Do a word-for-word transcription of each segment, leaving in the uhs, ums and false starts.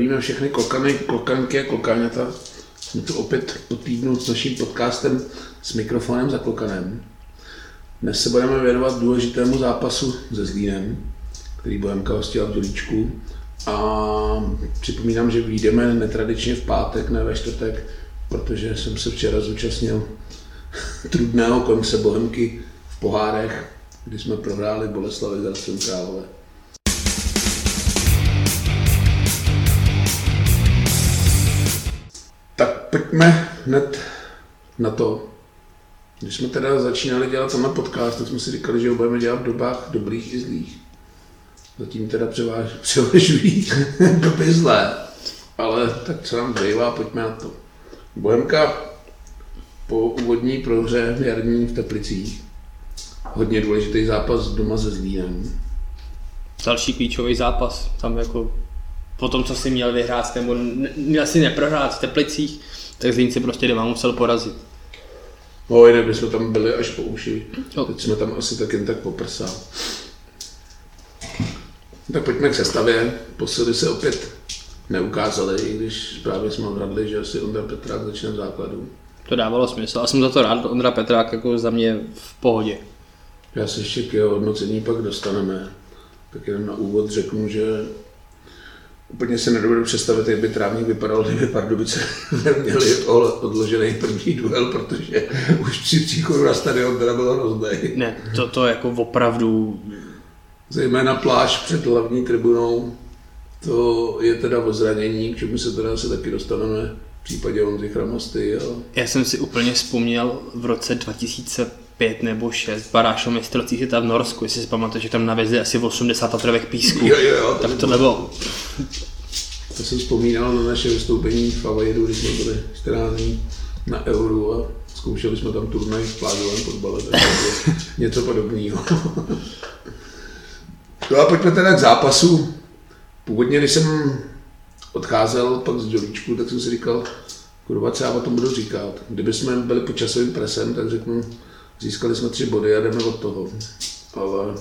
Zdravíme všechny klokany, klokanky a klokáňata. Jsme tu opět po týdnu s naším podcastem s mikrofonem za klokanem. Dnes se budeme věnovat důležitému zápasu se Zlínem, který Bohemka hostila v Dělíčku. A připomínám, že vyjdeme netradičně v pátek, ne ve čtvrtek, protože jsem se včera zúčastnil trudného konce Bohemky v pohárech, kdy jsme prohráli Boleslavi s Hradcem Králové. Tak pojďme hned na to. Když jsme teda začínali dělat tenhle podcast, tak jsme si říkali, že ho budeme dělat v dobách dobrých i zlých. Zatím teda převáž, převažují doby zlé, ale tak co nám zbývá, pojďme na to. Bohemka po úvodní prohře jarní v Teplicích. Hodně důležitý zápas doma se Zlínem. Další klíčový zápas, tam jako po tom, co si měl vyhrát, nebo měl si neprohrát v Teplicích, tak Zlín si prostě doma musel porazit. No jinak bychom tam byli až po uši, no. Teď jsme tam asi tak jen tak poprsá. Tak pojďme k sestavě, posily se opět neukázaly, i když právě jsme odhadli, že asi Ondra Petrák začne v základu. To dávalo smysl a jsem za to rád, Ondra Petrák jako za mě v pohodě. Já se ještě k jeho hodnocení pak dostaneme, tak jenom na úvod řeknu, že úplně se nedovedu představit, jak by Trávník vypadal, kdyby Pardubice měli odložený první duel, protože už při příchodu na stadion teda bylo hrozný. Ne, to, to jako opravdu... Zejména pláž před hlavní tribunou, to je teda o zranění, k čemu se teda asi taky dostaneme v případě Ondřej Chramasty. Jo. Já jsem si úplně vzpomněl v roce dva tisíce pět nebo šest Barášo mistrovství světa v Norsku, jestli si pamatuješ, že tam navezli asi osmdesát patrovek písku, jo, jo, jo, tak to nebylo. To jsem vzpomínal na naše vystoupení v Avaidu, když jsme byli čtrnáct dní na Euru a zkoušeli jsme tam turnaj v plážovém fotbale, takže něco podobného. No a pojďme teda k zápasu. Původně, když jsem odcházel pak z Dělíčku, tak jsem si říkal, kurva, co já o tom budu říkat. Kdyby jsme byli pod časovým presem, tak řeknu, získali jsme tři body a jdeme od toho. Ale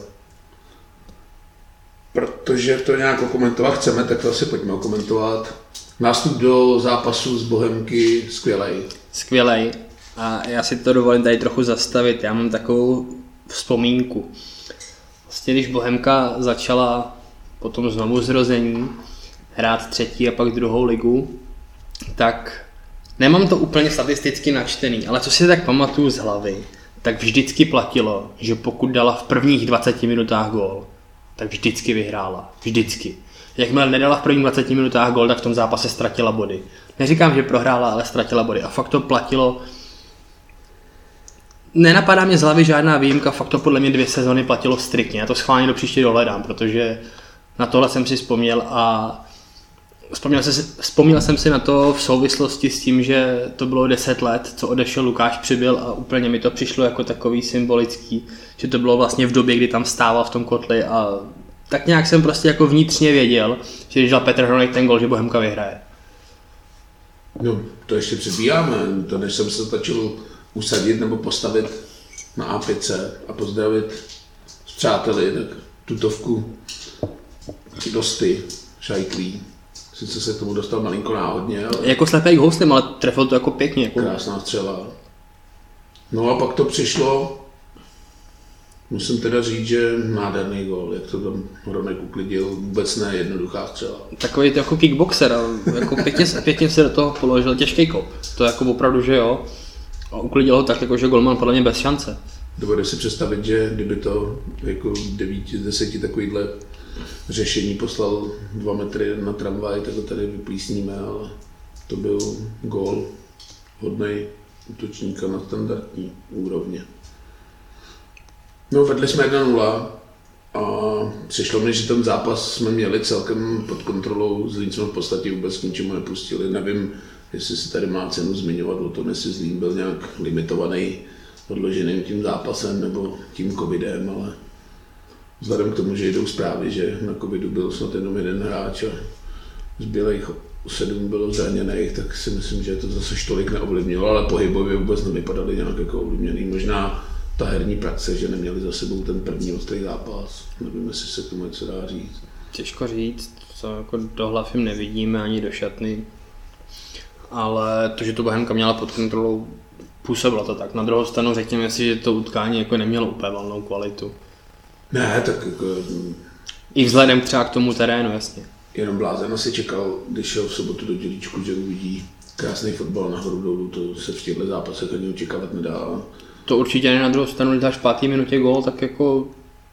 protože to nějak okomentovat chceme, tak to asi pojďme okomentovat. Nástup do zápasu z Bohemky skvělej. Skvělej. A já si to dovolím tady trochu zastavit. Já mám takovou vzpomínku. Vlastně když Bohemka začala po tom znovu zrození hrát třetí a pak druhou ligu, tak nemám to úplně statisticky načtený, ale co si tak pamatuju z hlavy, tak vždycky platilo, že pokud dala v prvních dvaceti minutách gól, tak vždycky vyhrála. Vždycky. Jakmile nedala v prvních dvaceti minutách gól, tak v tom zápase ztratila body. Neříkám, že prohrála, ale ztratila body. A fakt to platilo. Nenapadá mě z hlavy žádná výjimka, fakt to podle mě dvě sezony platilo striktně. Já to schválně do příště dohledám, protože na tohle jsem si vzpomněl a vzpomněl jsem, si, vzpomněl jsem si na to v souvislosti s tím, že to bylo deset let, co odešel Lukáš Přibyl a úplně mi to přišlo jako takový symbolický, že to bylo vlastně v době, kdy tam stával v tom kotli a tak nějak jsem prostě jako vnitřně věděl, že když dal Petr Hronek ten gol, že Bohemka vyhraje. No, to ještě předbíháme, to než jsem se začal usadit nebo postavit na á pět a pozdravit s přáteli, tak tutovku dosty, šajtlí. Sice se k tomu dostal malinko náhodně, ale... Jako slepý houslem, ale trefil to jako pěkně. Jako... Krásná střela. No a pak to přišlo, musím teda říct, že nádherný gól, jak to tam Hronek uklidil, vůbec ne jednoduchá střela. Takový to jako kickboxer, jako pěkně, pěkně se do toho položil těžký kop. To jako opravdu, že jo. A uklidil ho tak, jako, že golman podle mě bez šance. Dovedu si představit, že kdyby to jako devět z deseti takovýhle řešení poslal dva metry na tramvaj, tak to tady vyplísníme, ale to byl gól hodnej útočníka na standardní úrovni. No, vedli jsme jedna nula a přišlo mi, že ten zápas jsme měli celkem pod kontrolou, Zlín jsme v podstatě vůbec k ničemu nepustili. Nevím, jestli si tady má cenu zmiňovat o tom, jestli Zlín byl nějak limitovaný odloženým tím zápasem nebo tím covidem, ale vzhledem k tomu, že jdou zprávy, že na covidu byl snad jenom jeden hráč a zbylých sedm bylo zraněných, tak si myslím, že to zase tolik neovlivnilo, ale pohybově vůbec nevypadaly nějak jako ovlivněný. Možná ta herní praxe, že neměli za sebou ten první ostrý zápas. Nevím, jestli se k tomu něco dá říct. Těžko říct, co jako do hlav jim nevidíme ani do šatny. Ale to, že to Bohemka měla pod kontrolou, působilo to tak. Na druhou stranu řekněme si, že to utkání jako nemělo úplně valnou kvalitu. Ne, tak jako... I vzhledem třeba k tomu terénu, jasně. Jenom blázen asi čekal, když šel v sobotu do Dělíčku, že uvidí krásný fotbal nahoru dolů, to se v těchto zápasech ani očekávat nedá. To určitě ne, na druhou stranu, když dáš v páté minutě gól, tak jako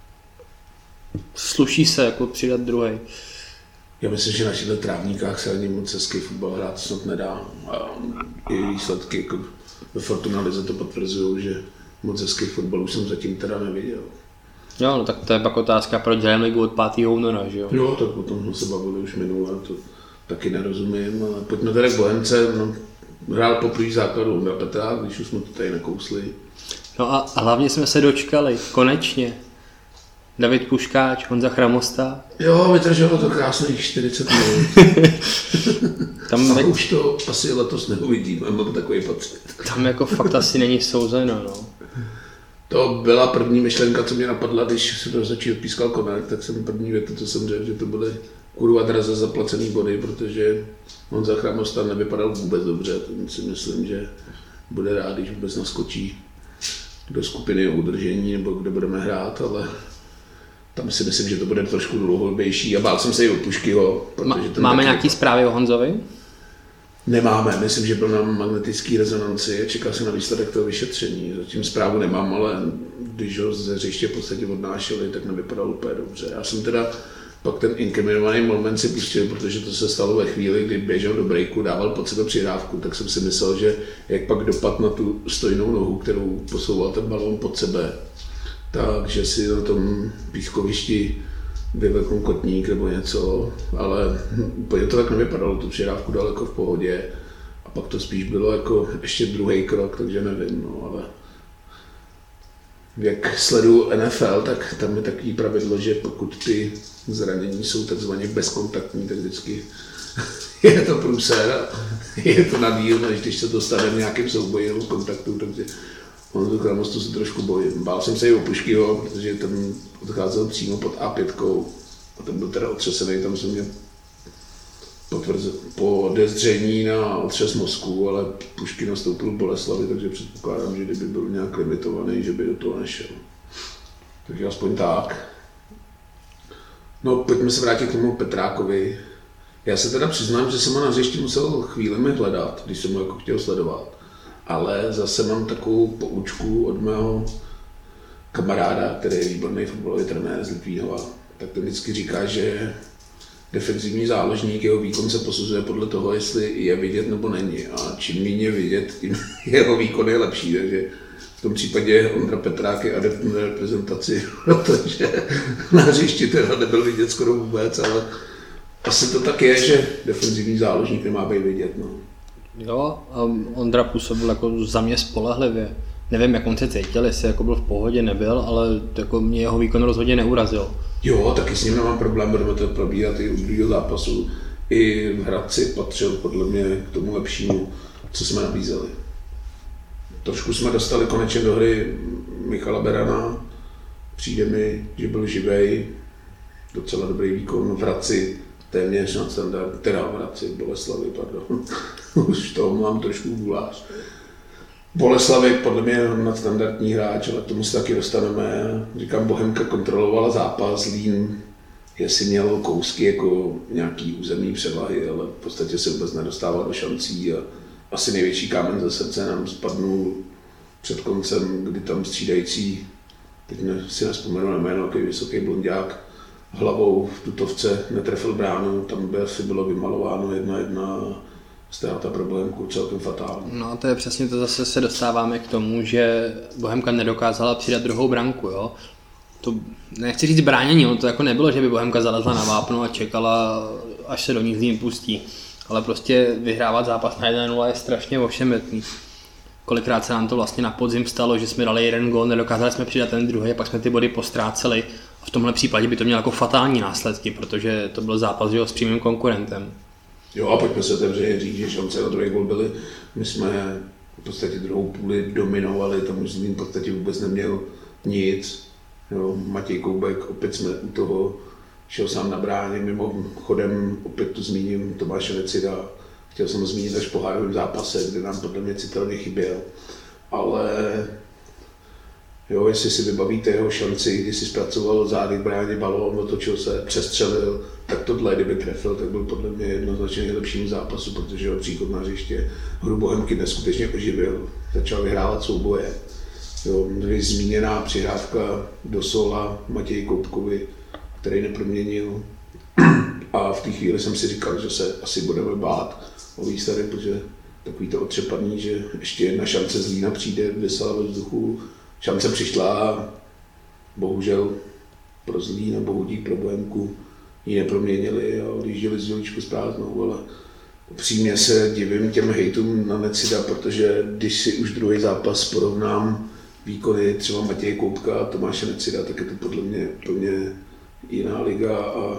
sluší se jako přidat druhý. Já myslím, že na těchto trávníkách se ani moc hezký fotbal hrát snad nedá. A i výsledky jako ve Fortuna Lize to potvrzují, že moc hezký fotbal už jsem zatím teda neviděl. Jo, no tak to je pak otázka, proč dělám ligu od pátého února, že jo? Jo, tak o tom jsme se bavili už minule, to taky nerozumím, ale pojďme tady k Bohemce, no, hrál poprvé základu Ondra Petrák, když už jsme to tady nakousli. No a, a hlavně jsme se dočkali, konečně. David Puškáč, Honza Chramosta. Jo, vydrželo to krásných čtyřicet minut. Tam a už to asi letos neuvidíme, mám takový pocit. Tam jako fakt asi není souzeno, no. To byla první myšlenka, co mě napadla, když se to začal pískal Konek, tak jsem první větu, co jsem řekl, že to byly kurva draze zaplacený body, protože Honza Chramosta nevypadal vůbec dobře, ten si myslím, že bude rád, když vůbec naskočí do skupiny o udržení nebo kde budeme hrát, ale tam si myslím, že to bude trošku dlouhodobější a bál jsem se i o Puškyho. Máme nějaký zprávy o Honzovi? Nemáme, myslím, že byl na magnetické rezonanci a čekal jsem na výsledek toho vyšetření. Zatím zprávu nemám, ale když ho ze hřiště v podstatě odnášeli, tak nevypadal úplně dobře. Já jsem teda pak ten inkriminovaný moment si pustil, protože to se stalo ve chvíli, kdy běžel do breaku, dával pod sebe přihrávku, tak jsem si myslel, že jak pak dopad na tu stojnou nohu, kterou posouval ten balón pod sebe, takže si na tom pískovišti vyvekl kotník nebo něco, ale úplně to tak nevypadalo, tu přihrávku daleko v pohodě a pak to spíš bylo jako ještě druhý krok, takže nevím, no, ale jak sleduju N F L, tak tam je takový pravidlo, že pokud ty zranění jsou takzvaně bezkontaktní, tak vždycky je to průser a je to na díl, než když se to stane v nějakém souboji nebo kontaktu, takže Honzu Chramostu se trošku bojím. Bál jsem se i o Puškyho, protože ten odcházel přímo pod A pět a ten byl teda otřesený, tam jsem měl potvrze, podezření na otřes mozku, ale Pušky nastoupil v Boleslavi, takže předpokládám, že kdyby byl nějak limitovaný, že by do toho nešel. Takže aspoň tak. No, pojďme se vrátit k tomu Petrákovi. Já se teda přiznám, že jsem ho na hřišti musel chvílemi hledat, když jsem ho jako chtěl sledovat. Ale zase mám takovou poučku od mého kamaráda, který je výborný fotbalový trenér z Litvínova. Tak to vždycky říká, že defenzivní záložník, jeho výkon se posuzuje podle toho, jestli je vidět nebo není. A čím méně je vidět, tím jeho výkon je lepší. Takže v tom případě Ondra Petrák je adept na reprezentaci, protože na hřišti teda nebyl vidět skoro vůbec, ale asi to tak je, že defenzivní záložník nemá být vidět. No. Jo, a Ondra působil jako za mě spolehlivě. Nevím, jak on se cítil, jestli jako byl v pohodě, nebyl, ale jako mě jeho výkon rozhodně neurazil. Jo, taky s ním nemám problém, budeme to probírat i u druhého zápasu. I v Hradci patřil podle mě k tomu lepšímu, co jsme nabízeli. Trošku jsme dostali konečně do hry Michala Berana. Přijde mi, že byl živej, docela dobrý výkon v Hradci. Téměř na standard, teda v Hradci, Boleslavy, pardon. Už toho mám trošku guláš. Boleslavy podle mě je nadstandardní hráč, ale k tomu se taky dostaneme. Říkám, Bohemka kontrolovala zápas, Zlín, jestli měl kousky jako nějaký územní převahy, ale v podstatě se vůbec nedostával do šancí a asi největší kámen ze srdce nám spadnul před koncem, kdy tam střídající, teď ne, si nespomenu na jméno, takový vysoký blonďák, hlavou v tutovce netrefil bránu, tam by asi bylo vymalováno jedna jedna ztráta problémku, celkem fatální. No to je přesně to, zase se dostáváme k tomu, že Bohemka nedokázala přidat druhou branku, jo. To nechci říct bránění, ono to jako nebylo, že by Bohemka zalezla na vápno a čekala, až se do ní Zlín pustí, ale prostě vyhrávat zápas na jedna nula je strašně ošemetný. Kolikrát se nám to vlastně na podzim stalo, že jsme dali jeden gól, nedokázali jsme přidat ten druhý a pak jsme ty body postráceli. A v tomhle případě by to mělo jako fatální následky, protože to byl zápas s přímým konkurentem. Jo, a pojďme se otevřeně říct, že šance na druhý gól byly. My jsme v podstatě druhou půli dominovali, tam už Zlín v podstatě vůbec neměl nic. Jo, Matěj Koubek, opět jsme u toho šel sám na bráně, mimochodem opět tu zmíním Tomáše Necida, chtěl jsem ho zmínit až po hájovém zápase, kde nám podle mě citelně chyběl, ale jo, jestli si vybavíte jeho šanci, kdy si zpracoval zády k bráně balón, otočil se, přestřelil, tak tohle, kdyby trefil, tak byl podle mě jednoznačně nejlepším zápasu, protože jeho příchod na hřiště hru Bohemky neskutečně oživil, začal vyhrávat souboje. Jo, zmíněná přihrávka do Sola Matěji Koupkovi, který neproměnil. A v té chvíli jsem si říkal, že se asi budeme bát o výsledek, protože takový to otřepaný, že ještě jedna šance z Lína přijde, vysela ve vzduchu. Šance přišla a bohužel pro Zlín a bohudík pro Bohemku ji neproměnili a odjížděli z Joličku s prázdnou, ale upřímně se divím těm hejtům na Necida, protože když si už druhý zápas porovnám výkony třeba Matěje Koupka a Tomáše Necida, tak je to podle mě úplně jiná liga a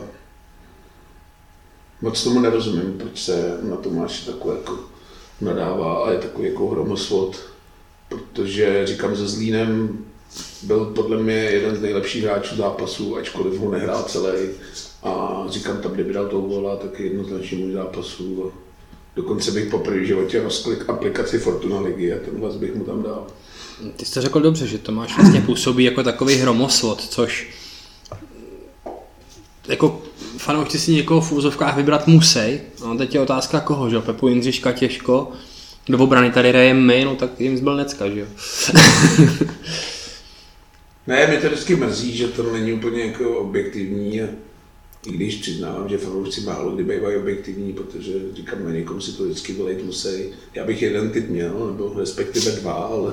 moc tomu nerozumím, proč se na Tomáše takové jako nadává a je takový jako hromosvod, protože říkám, se Zlínem byl podle mě jeden z nejlepších hráčů zápasu, ačkoliv ho nehrál celý a říkám, tam kdyby dal toho góla, tak je jednoznačně můj zápasu. Dokonce bych poprvé v životě rozklik aplikaci Fortuna ligy a ten hlas bych mu tam dal. Ty jsi to řekl dobře, že Tomáš vlastně působí jako takový hromosvod, což jako fanoušci si někoho v úzovkách vybrat musí. No, teď je otázka koho, že Pepu Jindřiška těžko, do obrany tady hrajem my, no tak jim zbyl Necka, že jo. Ne, mě to vždycky mrzí, že to není úplně jako objektivní, a i když přiznávám, že fanoušci málo kdy bývají objektivní, protože říkám, na někom si to vždycky vylejt musí. Já bych jeden typ měl, nebo respektive dva, ale...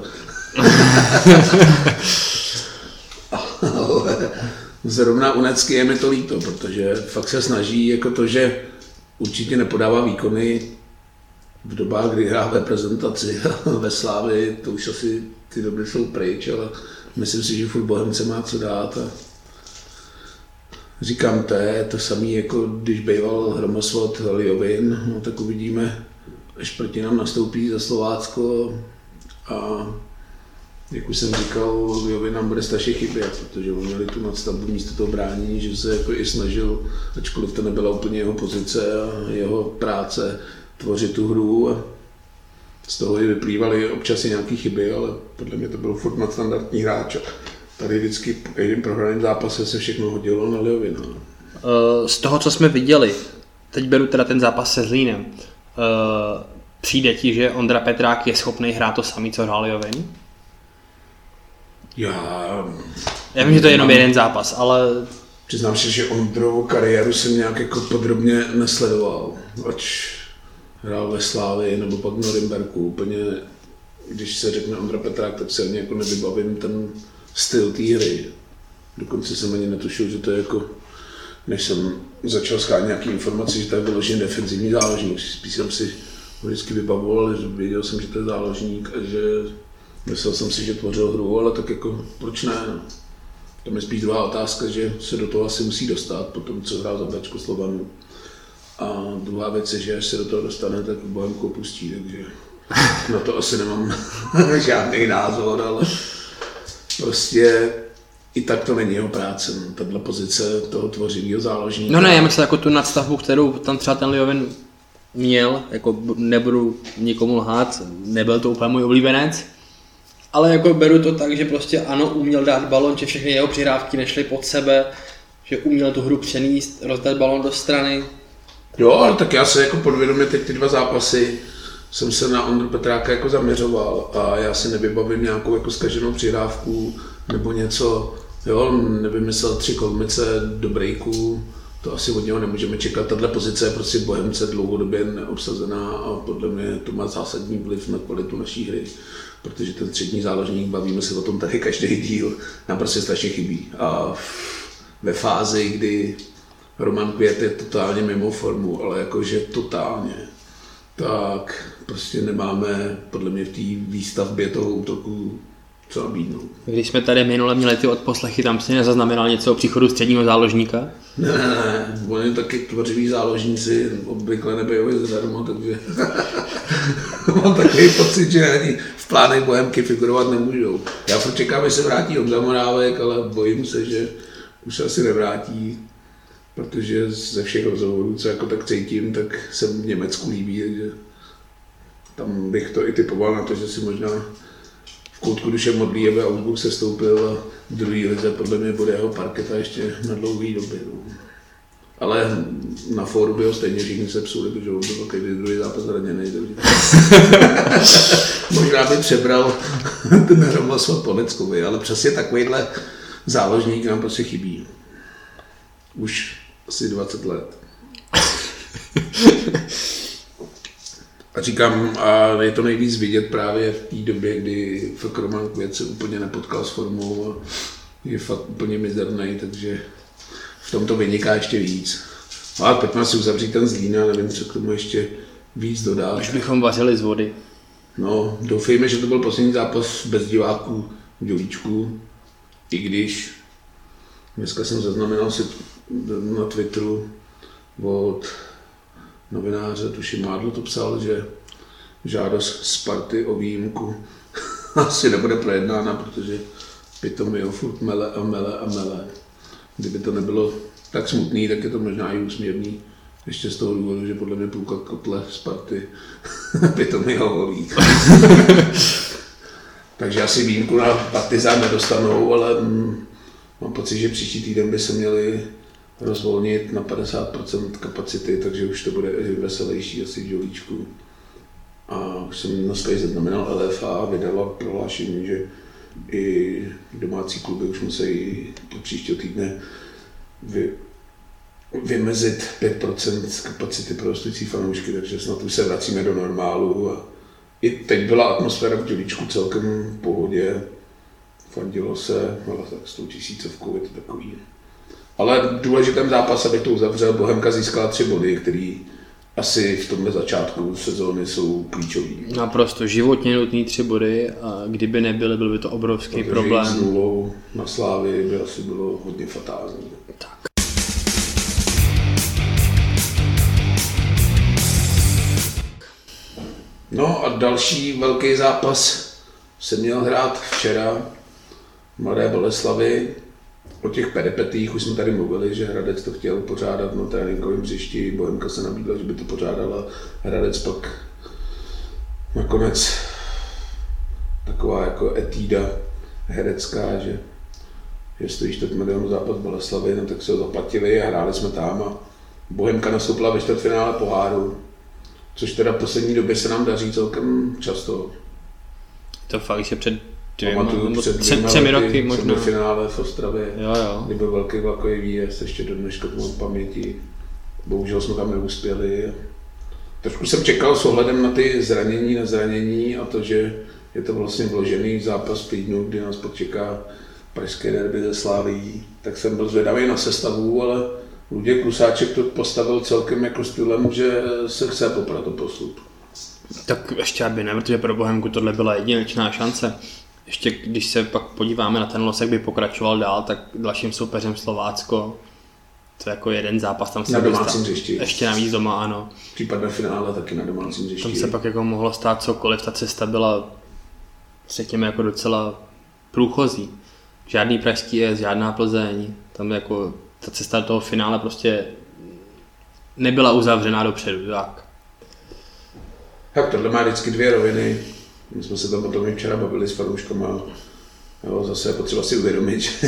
ale zrovna u Necky je mi to líto, protože fakt se snaží jako to, že určitě nepodává výkony v dobách, kdy hrá v reprezentaci ve Slávii, to už asi ty doby jsou pryč, ale myslím si, že furt Bohemce má co dát. A říkám, to je to samé, jako když býval hromosvod Liovin, no, tak uvidíme, až proti nám nastoupí za Slovácko a jak už jsem říkal, Liovin nám bude strašně chybět, protože oni měli tu nadstavbu místo toho bránění, že se jako i snažil, ačkoliv to nebyla úplně jeho pozice a jeho práce, tvořit tu hru a z toho i vyplývaly občas i nějaké chyby, ale podle mě to byl furt nadstandardní hráč. Tady vždycky po jedním prohraném zápase se všechno hodilo na Liovina. Z toho, co jsme viděli, teď beru teda ten zápas se Zlínem, přijde ti, že Ondra Petrák je schopný hrát to samý, co hrál Liovin? Já... Já vím, že to je jenom jeden zápas, ale... Přiznám se, že Ondrovou kariéru jsem nějak jako podrobně nesledoval, ač hrál ve Slávii nebo pak v Norimberku. Úplně, když se řekne Ondra Petrák, tak se ani jako nevybavím ten styl té hry. Dokonce jsem ani netušil, že to je jako, než jsem začal schánět nějaké informace, že to je vyložený defenzivní záložník. Spíš jsem si ho vždycky vybavoval, že věděl jsem, že to je záložník a že myslel jsem si, že tvořil hru, ale tak jako proč ne? No. Tam je spíš druhá otázka, že se do toho asi musí dostat po tom, co hrál za Bčko Slovanu. A druhá věc je, že až se do toho dostane, tak Bohemku opustí, takže na to asi nemám žádný názor, ale prostě i tak to není jeho práce, no. Tato pozice toho tvořivého záložníka. No ne, já myslím jako tu nadstavbu, kterou tam třeba ten Liovin měl, jako nebudu nikomu lhát, nebyl to úplně můj oblíbenec, ale jako beru to tak, že prostě ano, uměl dát balon, že všechny jeho přihrávky nešly pod sebe, že uměl tu hru přenést, rozdat balon do strany. Jo, ale tak já se jako podvědomě teď ty dva zápasy jsem se na Ondru Petráka jako zaměřoval a já si nevybavím nějakou jako zkaženou přihrávku nebo něco, jo, nevymyslel tři kolmice do breaku, to asi od něho nemůžeme čekat. Tato pozice je prostě Bohemce dlouhodobě neobsazená a podle mě to má zásadní vliv na kvalitu naší hry, protože ten střední záložník, bavíme se o tom tady každý díl, nám prostě strašně chybí. A ve fázi, kdy Roman Květ je totálně mimo formu, ale jakože totálně, tak prostě nemáme podle mě v té výstavbě toho útoku co nabídnout. Když jsme tady minule měli ty odposlechy, tam si nezaznamenal něco o příchodu středního záložníka? Ne, ne, ne, oni taky tvořiví záložníci obvykle nebývají zadarmo, takže mám takový pocit, že ani v plánech Bohemky figurovat nemůžou. Já furt čekám, že se vrátí Honza Morávek, ale bojím se, že už se asi nevrátí. protože ze všech rozhovorů, co jako tak cítím, tak se v Německu líbí, takže tam bych to i typoval na to, že si možná v koutku duše modlí, aby Augsburg se stoupil a v druhé lize podle mě bude jeho parketa ještě na dlouhý době. No. Ale na fóru by ho stejně všichni se psuli, protože on byl každý druhý zápas zraněný. Možná by přebral ten Ramos od Poneckovi, ale přesně takovýhle záložník nám prostě chybí. Už asi dvacet let. A říkám, a je to nejvíc vidět právě v té době, kdy fakt Roman Květ se úplně nepotkal s formou a je fakt úplně mizerný, takže v tom to vyniká ještě víc. Ale pojďme si uzavřít ten Zlín a nevím, co k tomu ještě víc dodat. Už bychom vařili z vody. No, doufejme, že to byl poslední zápas bez diváků v Dělíčku, i když dneska jsem zaznamenal si na Twitteru od novináře, tuším Mádl to psal, že žádost Sparty o výjimku asi nebude projednána, protože Pitomio ho furt mele a mele a mele. Kdyby to nebylo tak smutný, tak je to možná i úsměvný. Ještě z toho důvodu, že podle mě půlka kotle Sparty Pitomio volí. Takže asi výjimku na Partizán nedostanou, ale mm, mám pocit, že příští týden by se měli rozvolnit na padesát procent kapacity, takže už to bude veselější asi v Dělíčku. A už jsem dneska i zaznamenal, L F A vydala prohlášení, že i domácí kluby už musí do příštího týdne vy, vymezit pět procent kapacity pro hostující fanoušky, takže snad už se vracíme do normálu. A i teď byla atmosféra v Dělíčku celkem v pohodě, fandilo se, ale tak s tou tisícovkou je to takový. Ale v důležitém zápase, abych to uzavřel, Bohemka získala tři body, které asi v tomhle začátku sezóny jsou klíčový. Naprosto životně nutný tři body a kdyby nebyly, byl by to obrovský protože problém. S nulou na Slávii by asi bylo hodně fatální. Tak. No a další velký zápas se měl hrát včera v Mladé Boleslavi. O těch peripetích už jsme tady mluvili, že Hradec to chtěl pořádat na tréninkovém hřišti, Bohemka se nabídla, že by to pořádala, Hradec pak nakonec taková jako etída herecká, že, že stojí čtvrt milionu zápas Boleslavy, no tak se ho zaplatili a hráli jsme tam a Bohemka nastoupila ve čtvrtfinále poháru, což teda v poslední době se nám daří celkem často. To fakt, že před dvěma, Pamatuju před dvěma třemi roky možná. V finále v Ostravě, jo, jo. kdy byl velký vlakový výjezd, ještě do dneška to mám v paměti. Bohužel jsme tam neuspěli. Trošku jsem čekal s ohledem na ty zranění na zranění a to, že je to vlastně vložený zápas v týdnu, kdy nás počeká pražské derby ze Slavií, tak jsem byl zvědavý na sestavu, ale Luděk Klusáček to postavil celkem jako stylem, že se chce poprat o postup. Tak ještě aby ne, protože pro Bohemku tohle byla jedinečná šance. Ještě když se pak podíváme na ten los, jak by pokračoval dál, tak dalším soupeřem Slovácko, to je jako jeden zápas, tam se na domácím hřišti. Ještě navíc doma, ano. Případně finále taky na domácím hřišti. Tam se pak jako mohlo stát cokoliv, ta cesta byla, řekněme, jako docela průchozí. Žádný pražský jezd, žádná Plzeň, tam jako ta cesta do toho finále prostě nebyla uzavřená dopředu, tak. Tak tohle má vždycky dvě roviny. My jsme se tam potom i včera bavili s fanouškama. Jo, zase je potřeba si uvědomit, že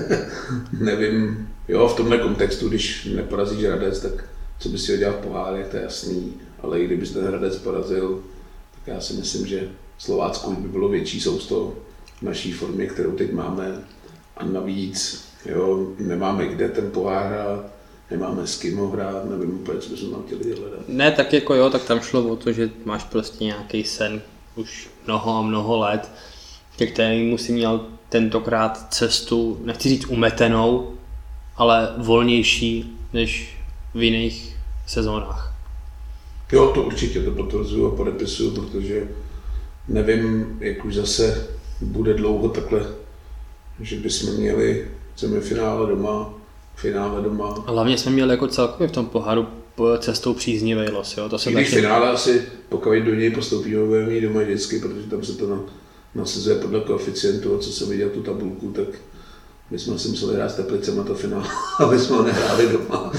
nevím, jo, v tomhle kontextu, když neporazíš Hradec, tak co bys si dělal v pohárech, to je jasný. Ale i kdybys ten Hradec porazil, tak já si myslím, že Slovácku by bylo větší sousto v naší formě, kterou teď máme. A navíc, jo, nemáme kde ten pohár hrát, nemáme s kým ho hrát, nevím úplně, co bychom tam chtěli hledat. Ne, tak jako jo, tak tam šlo o to, že máš prostě nějaký sen už mnoho a mnoho let, ke kterému si měl tentokrát cestu, nechci říct umetenou, ale volnější než v jiných sezónách. Jo, to určitě, to potvrzuju a podepisuju, protože nevím, jak už zase bude dlouho takhle, že bychom měli semifinále doma, finále doma. A hlavně jsme měli jako celkově v tom poháru cestou příznivý los, jo. To se I když taky... finále asi, pokud do něj postoupíme, budeme mít doma vždycky, protože tam se to na, nasazuje podle koeficientu a co jsem viděl tu tabulku, tak My jsme si museli hrát s Teplicema to finále, aby jsme ho nehráli doma.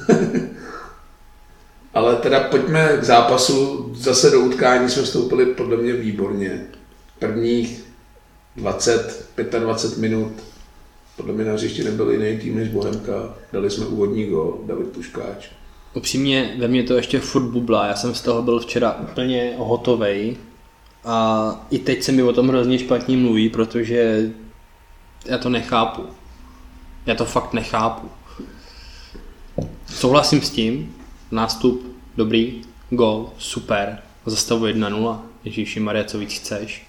Ale teda pojďme k zápasu, zase do utkání jsme vstoupili podle mě výborně. Prvních dvacet, dvacet pět minut, podle mě na hřišti nebyl jiný tým než Bohemka, dali jsme úvodní gól, David Puškáč. Upřímně, ve mně to ještě furt bubla, já jsem z toho byl včera úplně hotovej a i teď se mi o tom hrozně špatně mluví, protože já to nechápu. Já to fakt nechápu. Souhlasím s tím, nástup dobrý, gól, super, zastavu jedna nula, Ježíši Maria, co víc chceš.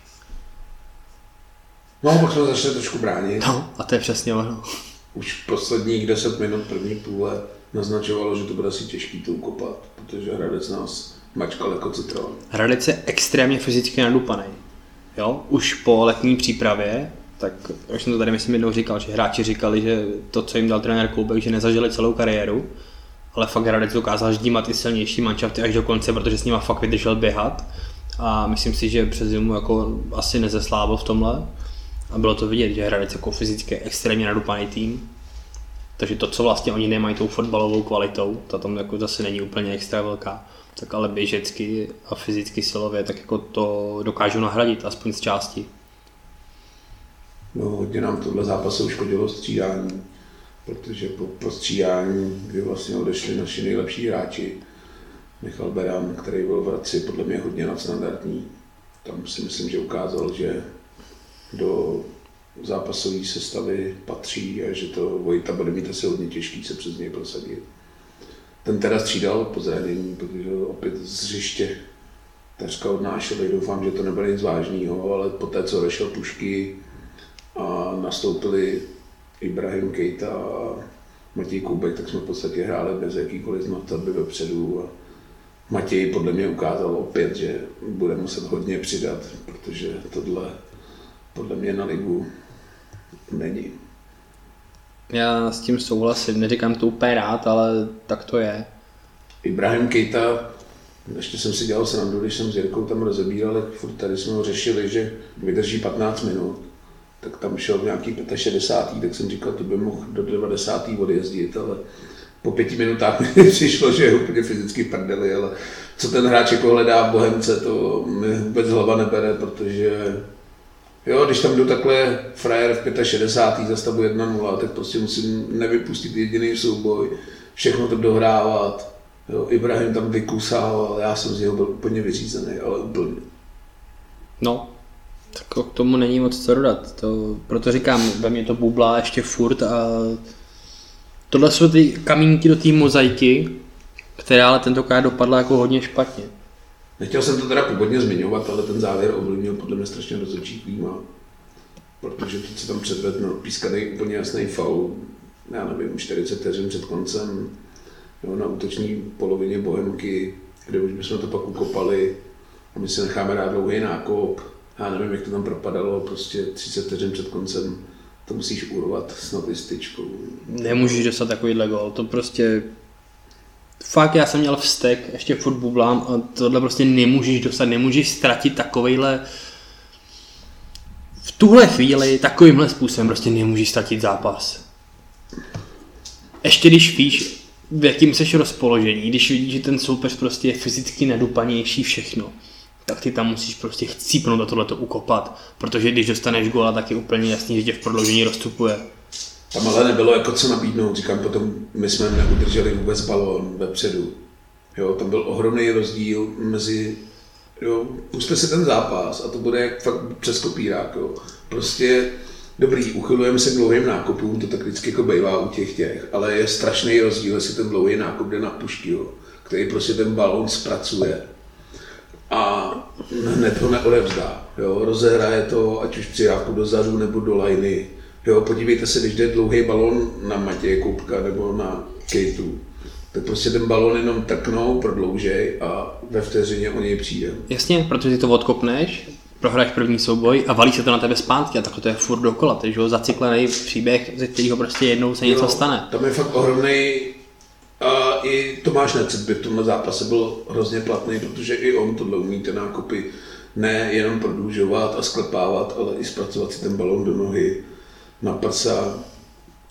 No, pak jsme začali trošku bránit. No, a to je přesně ono. Už posledních deset minut první půle naznačovalo, že to bude asi těžký to ukopat, protože Hradec nás mačkal jako citron. Hradec je extrémně fyzicky nadupaný. Jo? Už po letní přípravě, tak už jsem to tady myslím jednou říkal, že hráči říkali, že to, co jim dal trenér Koubek, že nezažili celou kariéru, ale fakt Hradec dokázal ždímat i silnější manšafty až do konce, protože s nima fakt vydržel běhat a myslím si, že přes zimu jako asi nezeslábil v tomhle a bylo to vidět, že Hradec jako fyzicky extrémně nadupaný tým. Takže to, co vlastně oni nemají tou fotbalovou kvalitou, ta tam jako zase není úplně extra velká, tak ale běžecky a fyzicky silově, tak jako to dokážou nahradit, aspoň z části. No, hodně nám tohle zápasu uškodilo střídání, protože po, po střídání, kdy vlastně odešli naši nejlepší hráči, Michal Beran, který byl v Hradci podle mě hodně nadstandardní, tam si myslím, že ukázal, že do zápasové sestavy patří a že to Vojta bude mít asi hodně těžký se přes něj prosadit. Ten teda střídal po zranění, protože opět z hřiště takřka odnášeli, doufám, že to nebude nic vážného, ale poté, co odešel Pušky a nastoupili Ibrahim Keita a Matěj Koubek, tak jsme v podstatě hráli bez jakýkoliv znatby vepředu a Matěj podle mě ukázal opět, že bude muset hodně přidat, protože tohle podle mě na ligu není. Já s tím souhlasím, neříkám to úplně rád, ale tak to je. Ibrahim Keita, ještě jsem si dělal srandu, když jsem s Jirkou tam rozebíral, tak furt tady jsme ho řešili, že vydrží patnáct minut, tak tam šel v nějaký šedesátý pátý tak jsem říkal, to by mohl do devadesátého odjezdit, ale po pěti minutách mi přišlo, že je úplně fyzicky prdeli, ale co ten hráč jako hledá v Bohemce, to mi vůbec hlava nebere, protože jo, když tam jdu takhle frajer v šedesátém pátém za stavu jedna nula, tak prostě musím nevypustit jediný souboj, všechno to dohrávat. Jo, Ibrahim tam vykusával, já jsem z něho byl úplně vyřízený, ale úplně. No, tak k tomu není moc co dodat, to, proto říkám, ve mně to bublá ještě furt a tohle jsou ty kamínky do té mozaiky, která ale tentokrát dopadla jako hodně špatně. Nechtěl jsem to teda původně zmiňovat, ale ten závěr ovlivnil podle mě strašně rozhodčí klíma, protože to, co tam předvedl, no, pískaný úplně jasný faul, já nevím, čtyřicet vteřin před koncem, jo, na útoční polovině Bohemky, kde už bychom to pak ukopali a my si necháme dát dlouhý nákop, já nevím, jak to tam propadalo, prostě třicet vteřin před koncem, to musíš urvat snad i styčkou. Nemůžeš dostat takovýhle gól, to prostě fakt já jsem měl vztek, ještě furt bublám a tohle prostě nemůžeš dostat, nemůžeš ztratit takovejhle v tuhle chvíli takovýmhle způsobem prostě nemůžeš ztratit zápas. Ještě když víš, v jakým seš rozpoložení, když vidíš, že ten soupeř prostě je fyzicky nadupanější všechno, tak ty tam musíš prostě chcípnout a tohleto ukopat, protože když dostaneš góla, tak je úplně jasný, že tě v prodloužení rozstupuje. Tam ale nebylo jako co nabídnout, říkám, potom my jsme neudrželi vůbec balón vepředu. Jo, tam byl ohromný rozdíl mezi, jo, puste si ten zápas a to bude jak fakt přes kopírák, jo. Prostě dobrý, uchylujeme se k dlouhým nákupům, to tak vždycky jako bývá u těch těch, ale je strašný rozdíl, jestli ten dlouhý nákup jde na Pušky, jo, který prostě ten balón zpracuje a hned ho neodevzdá, jo, rozehraje to, ať už přidávku do zadu nebo do lajny. Jo, podívejte se, když jde dlouhý balón na Matěje Koubka nebo na Kejtu, tak prostě ten balón jenom trknou, prodloužej a ve vteřině o něj přijde. Jasně, protože ty to odkopneš, prohraješ první souboj a valí se to na tebe zpátky a takhle to je furt dokola, takže ho zacyklený příběh, ze kterého prostě jednou se něco jo, stane. Tam je fakt ohromnej a i Tomáš Necet by v tomhle zápase byl hrozně platný, protože i on tohle umí ty nákupy ne jenom prodlužovat a sklepávat, ale i zpracovat si ten balón do nohy, na prsa,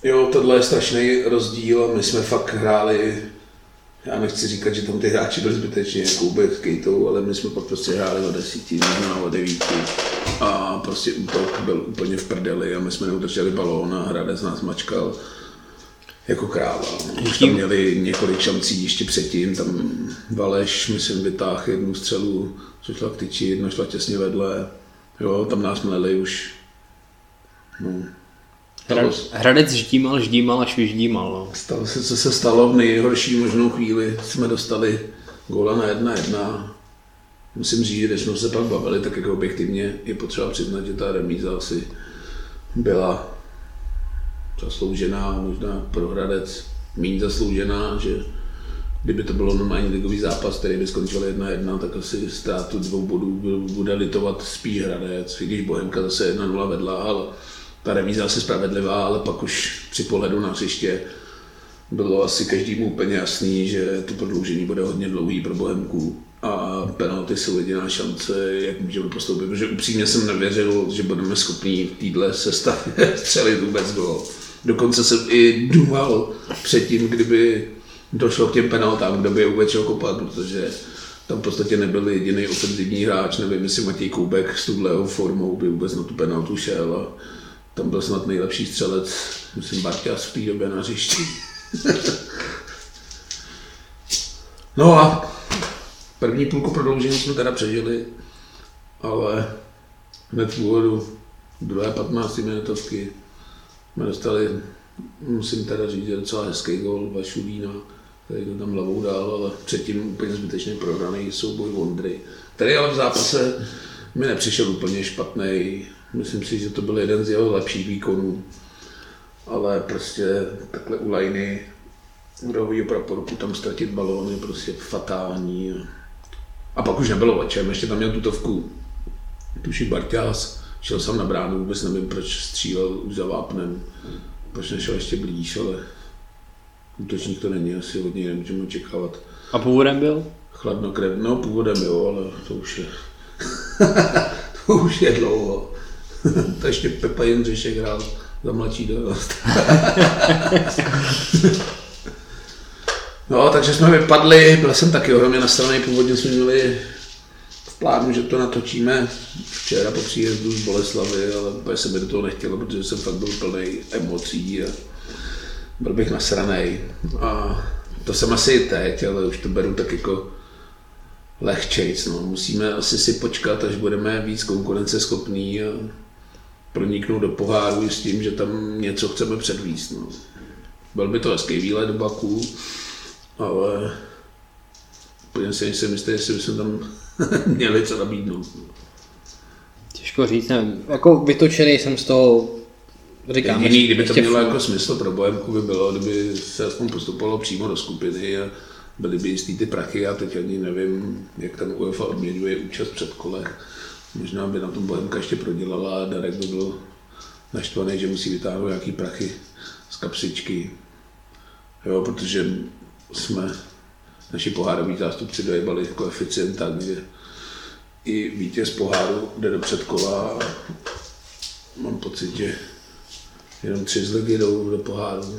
Jo, tohle je strašný rozdíl a my jsme fakt hráli, já nechci říkat, že tam ty hráči byli zbytečně Koubek s Kejtou, ale my jsme pak prostě hráli o desíti, možná o devíti a prostě útok byl úplně v prdeli a my jsme neudrželi balón a Hradec nás mačkal jako kráva. Už tam měli několik šancí ještě předtím, tam Valeš, myslím, vytáhl jednu střelu, co šla k tyči, jedna šla těsně vedle, jo, tam nás mleli už, no. Hradec ždímal, ždímal až vyždímal. No. Stalo se, co se stalo v nejhorší možnou chvíli. Jsme dostali góla na jedna jedna. Musím říct, když jsme se pak bavili, tak jako objektivně je potřeba přiznat, že ta remíza asi byla zasloužená, možná pro Hradec méně zasloužená, že kdyby to bylo normální ligový zápas, který by skončil jedna jedna, tak asi ztrátu dvou bodů bude litovat spíš Hradec, i když Bohemka zase jedna nula vedla, ale ta remíza asi spravedlivá, ale pak už při pohledu na hřiště bylo asi každému úplně jasný, že to prodloužení bude hodně dlouhý pro Bohemku a penalty jsou jediná šance, jak můžeme postoupit, protože upřímně jsem nevěřil, že budeme schopni v téhle sestavě střelit vůbec gól. Dokonce jsem i důval předtím, kdyby došlo k těm penaltám, kdo by je vůbec šel kopat, protože tam v podstatě nebyl jediný ofenzivní hráč, nevím, jestli Matěj Koubek s touhleho formou by vůbec na tu penaltu šel a tam byl snad nejlepší střelec, myslím, Barťas v té době na hřišti. No a první půlku prodloužení jsme teda přežili, ale hned v úvodu druhé patnáctiminutovky jsme dostali, musím teda říct, že docela hezký gól Vašulína, který to tam hlavou dál, ale předtím úplně zbytečně prohraný souboj Vondry, který ale v zápase mi nepřišel úplně špatný. Myslím si, že to byl jeden z jeho lepších výkonů, ale prostě takhle u lajny u rohovýho praporku tam ztratit balón je prostě fatální. A pak už nebylo o čem, ještě tam měl tutovku, tuším Barťás, šel sám na bránu, vůbec nevím, proč střílel už za vápnem, proč nešel ještě blíž, ale útočník to není, asi hodně nemůžeme očekávat. A původem byl? Chladnokrev, no původem jo, ale to už je, to už je dlouho. To ještě Pepa Jindřišek hrál za mladší dorost. No, takže jsme vypadli, byl jsem taky ohromně nastavený, původně jsme měli v plánu, že to natočíme včera po příjezdu z Boleslavy, ale úplně se mi do toho nechtělo, protože jsem fakt byl plný emocí a byl bych nasranej. A to jsem asi i teď, ale už to beru tak jako lehčejc. No. Musíme asi si počkat, až budeme víc konkurenceschopní a proniknout do poháru s tím, že tam něco chceme předvíst. No. Byl by to hezký výlet do Baku, ale úplně si nejsem jistý, jestli bychom tam měli co nabídnout. Těžko říct, nevím. Jako vytočený jsem z toho, říkám. Jediný, kdyby to mělo jako smysl pro Bohemku by bylo, kdyby se aspoň postupovalo přímo do skupiny a byly by jistý ty prachy, já teď ani nevím, jak tam UEFA odměňuje účast před kolech. Možná by na tom Bohemka ještě prodělala a Darek by byl naštvaný, že musí vytáhnout nějaký prachy z kapsičky. Jo, protože jsme naši pohároví zástupci dojebali koeficient tak, že i vítěz poháru jde do předkola a mám pocit, že jenom tři z ligy jdou do poháru.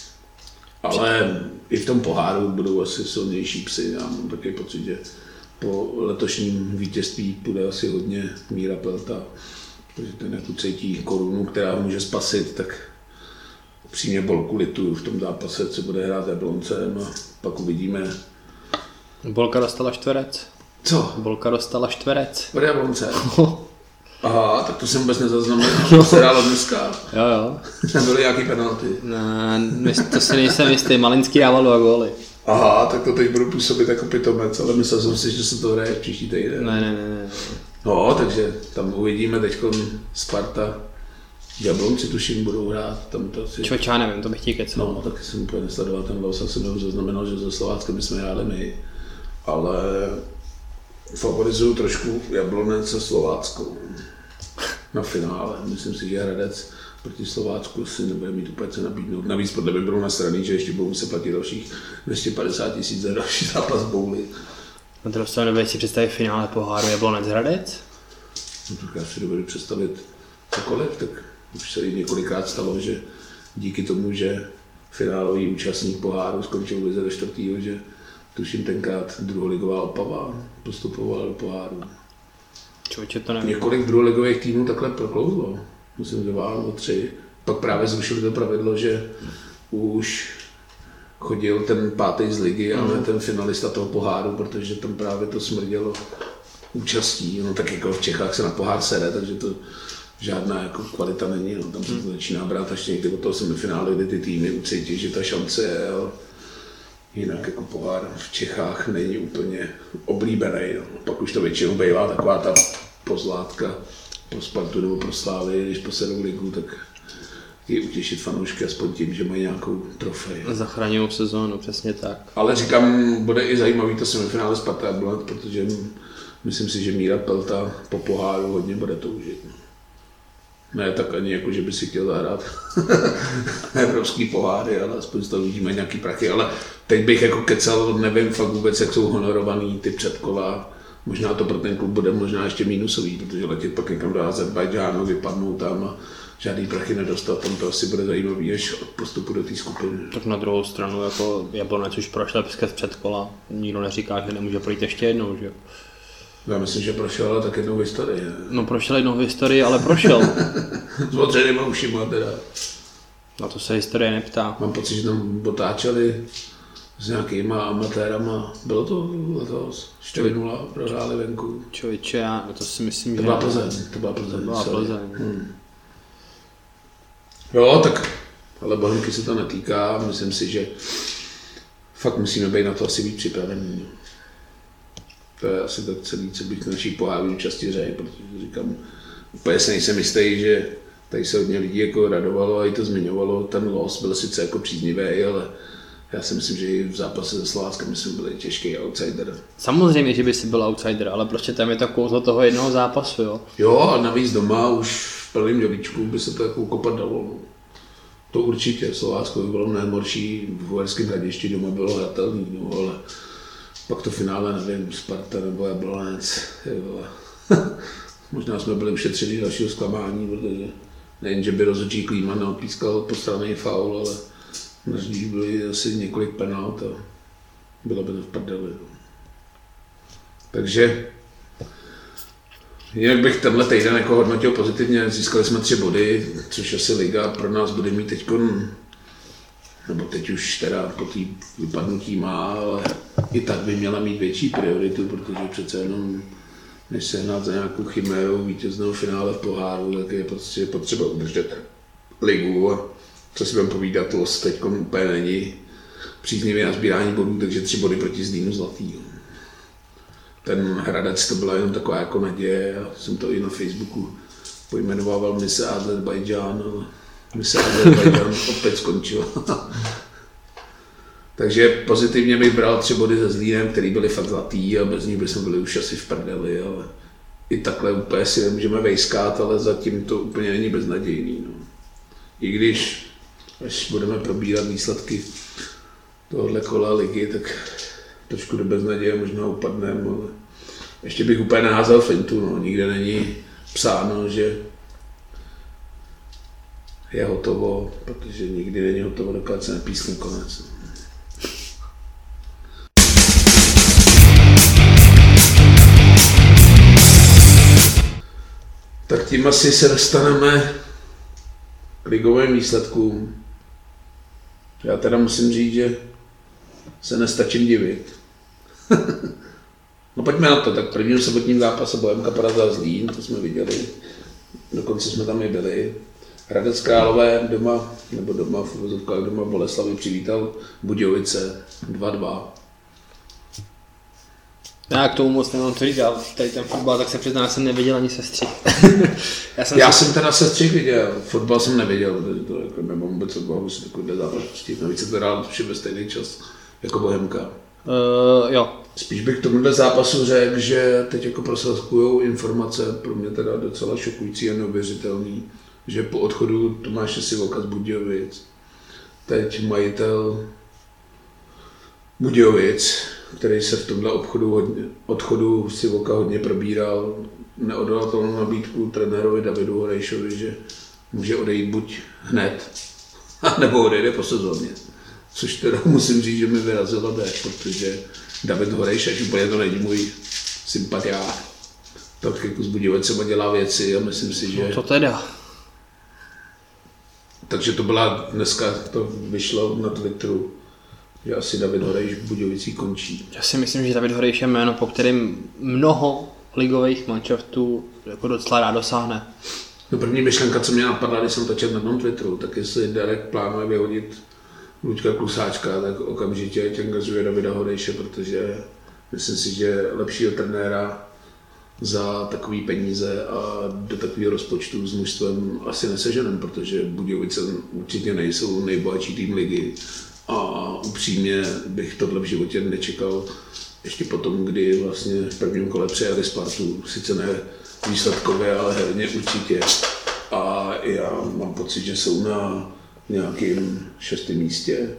Ale i v tom poháru budou asi silnější psy. Já mám takový pocit, že po letošním vítězství bude asi hodně Míra Pelta, protože ten jako cítí korunu, která ho může spasit, tak upřímně Bolku lituju v tom zápase, co bude hrát Jabloncem a pak uvidíme. Bolka dostala čtverec. Co? Bolka dostala čtverec. Od Jablonce. Aha, tak to jsem vůbec nezaznamenal, to se hrálo dneska. Jo, jo. Byly nějaký penalty. Ne, to si nejsem jistý, Malinský dával dva góly. Aha, tak to teď budu působit jako pitomec, ale myslel jsem si, že se to hraje příští týden. Ne, ne, ne, ne. No, takže tam uvidíme teď Sparta. Jablonci tuším budou hrát, tam to asi... Čoč, já nevím, to bych ti kecal. No, taky jsem úplně nesledoval ten los, jsem jenom zaznamenal, že ze Slovácka bychom hráli my, ale favorizuju trošku Jablonec a Slovácko na finále. Myslím si, že Hradec proti Slovácku si nebude mít úplně co nabídnout. Navíc podle mě budou nasraný, že ještě budou se platit dalších dvě stě padesát tisíc za další zápas bouly. Na druhou stranu nebude si představit finále poháru Jablonec Hradec? No, tak já si dovedu představit cokoliv, tak už se několikrát stalo, že díky tomu, že finálový účastník poháru skončil v lize do čtvrtýho, že tuším tenkrát druholigová Opava postupovala do poháru. Člověče, to nevím. Několik druholigových týmů takhle proklouzlo, musím dva nebo tři. Pak právě zrušili to pravidlo, že už chodil ten pátý z ligy a ne ten finalista toho poháru, protože tam právě to smrdělo účastí. No tak jako v Čechách se na pohár sere, takže to žádná jako kvalita není. No. Tam se to začíná brát až někdy od toho semifinále, kdy ty týmy ucítí, že ta šance je. Ale jinak jako pohár v Čechách není úplně oblíbený. No. Pak už to většinou bývá taková ta pozlátka pro Spartu nebo pro Slávy, když posedou ligu, tak je utěšit fanoušky aspoň tím, že mají nějakou trofej. Zachraňují sezónu, přesně tak. Ale říkám, bude i zajímavý to semifinále Sparta Jablonec, protože myslím si, že Míra Pelta po poháru hodně bude toužit. Ne tak ani jako, že by si chtěl zahrát evropský poháry, ale aspoň z toho vidíme nějaký prachy. Ale teď bych jako kecal, nevím fakt vůbec, jak jsou honorovaný ty předkola. Možná to pro ten klub bude možná ještě mínusový, protože letět pak někam do Azerbajdžánu, vypadnou tam a žádný prachy nedostat, tam to asi bude zajímavý až od postupu do té skupiny. Tak na druhou stranu, jako Jablonec už prošel přes předkola, nikdo neříká, že nemůže projít ještě jednou, že jo? Já myslím, že prošel, ale tak jednou v historii. No prošel jednou v historii, ale prošel. S otřenýma ušima teda. Na to se historie neptá. Mám pocit, že tam otáčeli s nějakýma amatérama. Bylo to letos? čtyři nula prohráli venku. Člověče, já to si myslím, to že... Byla Plzeň, to byla Plzeň. To byla Plzeň. Hmm. Jo, tak, ale Bohemky se to netýká. Myslím si, že fakt musíme být na to asi být připravení. To je asi tak celý, co bych naší pohávy účasti řekl, protože říkám, úplně se nejsem jistý, že tady se hodně lidí jako radovalo a i to zmiňovalo. Ten los byl sice jako příznivý, ale já si myslím, že i v zápase se Slováckem jsme byli těžký outsider. Samozřejmě, že by si byl outsider, ale prostě tam je to kouzlo toho jednoho zápasu, jo? Jo, a navíc doma už v plném dělíčku by se to jako kopat dalo. No. To určitě, Slovácko by bylo mnohem horší, v Uherském Hradišti doma bylo hratelný, no, ale pak to finále, nevím, Sparta nebo Jablonec. Možná jsme byli ušetřili dalšího zklamání, protože nejen, že by rozhodčí Klíman neodpískal postranný faul, ale na nich byly asi několik penalt a bylo by to v prdeli. Takže jinak bych tenhle týden jako hodnotil pozitivně, získali jsme tři body, což asi liga pro nás bude mít teď, nebo teď už teda po té vypadnutí má, ale i tak by měla mít větší prioritu, protože přece jenom než se hnát za nějakou chimérou vítězného finále v poháru, tak je prostě potřeba udržet ligu a co si budeme povídat, los teď úplně není příznivě na sbírání bodů, takže tři body proti Zlínu Zlatý. Ten Hradec to byla jenom taková jako naděje, já jsem to i na Facebooku pojmenovával mise Azerbajdžán, ale mise Azerbajdžán opět skončila. Takže pozitivně bych bral tři body se Zlínem, který byly fakt zlatý a bez nich bychom byli už asi v prdeli, ale i takhle úplně si nemůžeme vejskat, ale zatím to úplně není beznadějný. No. I když, až budeme probírat výsledky tohohle kola ligy, tak trošku do beznaděje možná upadneme, ale ještě bych úplně neházel fintu, no. Nikde není psáno, že je hotovo, protože nikdy není hotovo, dokud se nepískne konec. No. Tak tím asi se dostaneme k ligovým výsledkům. Já teda musím říct, že se nestačím divit. No pojďme na to, tak prvním sobotním zápase Bohemka porazila Zlín, to jsme viděli, dokonce jsme tam i byli. Hradec Králové doma, nebo doma v uvozovkách doma Boleslavy přivítal Budějovice dva dva. Já k tomu moc nemám co říkat, tady ten fotbal, tak se přiznám, že jsem neviděl ani sestřih. Já jsem, Já si... jsem teda sestřih viděl, fotbal jsem neviděl, protože to jako nemám vůbec odvahu si takovýhle zápas pustit, navíc se to dál ve stejný čas jako Bohemka. Uh, jo. Spíš bych k tomuhle zápasu řekl, že teď jako prosaskujou informace, pro mě teda docela šokující a neuvěřitelný, že po odchodu Tomáše Sivoka z Budějovic, teď majitel Budějovic, který se v tomhle obchodu hodně, odchodu Sivoka hodně probíral, neodolatelnou nabídku trenérovi Davidu Horejšovi, že může odejít buď hned, A nebo odejde po sezóně. Což teda musím říct, že mi vyrazilo dech, protože David Horejš, až úplně to není můj sympatiák, tak jako s Budějovicema dělá věci a myslím si, že... No to teda. Takže to byla, dneska to vyšlo na Twitteru, že asi David Horejš v Budějovicích končí. Já si myslím, že David Horejš je jméno, po kterým mnoho ligových manšaftů jako docela rád dosáhne. No první myšlenka, co mě napadla, když jsem to četl na tom Twitteru, tak jestli Darek plánuje vyhodit Luďka Klusáčka, tak okamžitě angažuje Davida Horejše, protože myslím si, že lepšího trenéra za takový peníze a do takového rozpočtu s mužstvem asi neseženem, protože Budějovice určitě nejsou nejbohatší tým ligy a upřímně bych tohle v životě nečekal ještě potom, kdy vlastně v prvním kole přejeli Spartu, sice ne výsledkově, ale herně určitě. A já mám pocit, že jsou na nějakém šestém místě,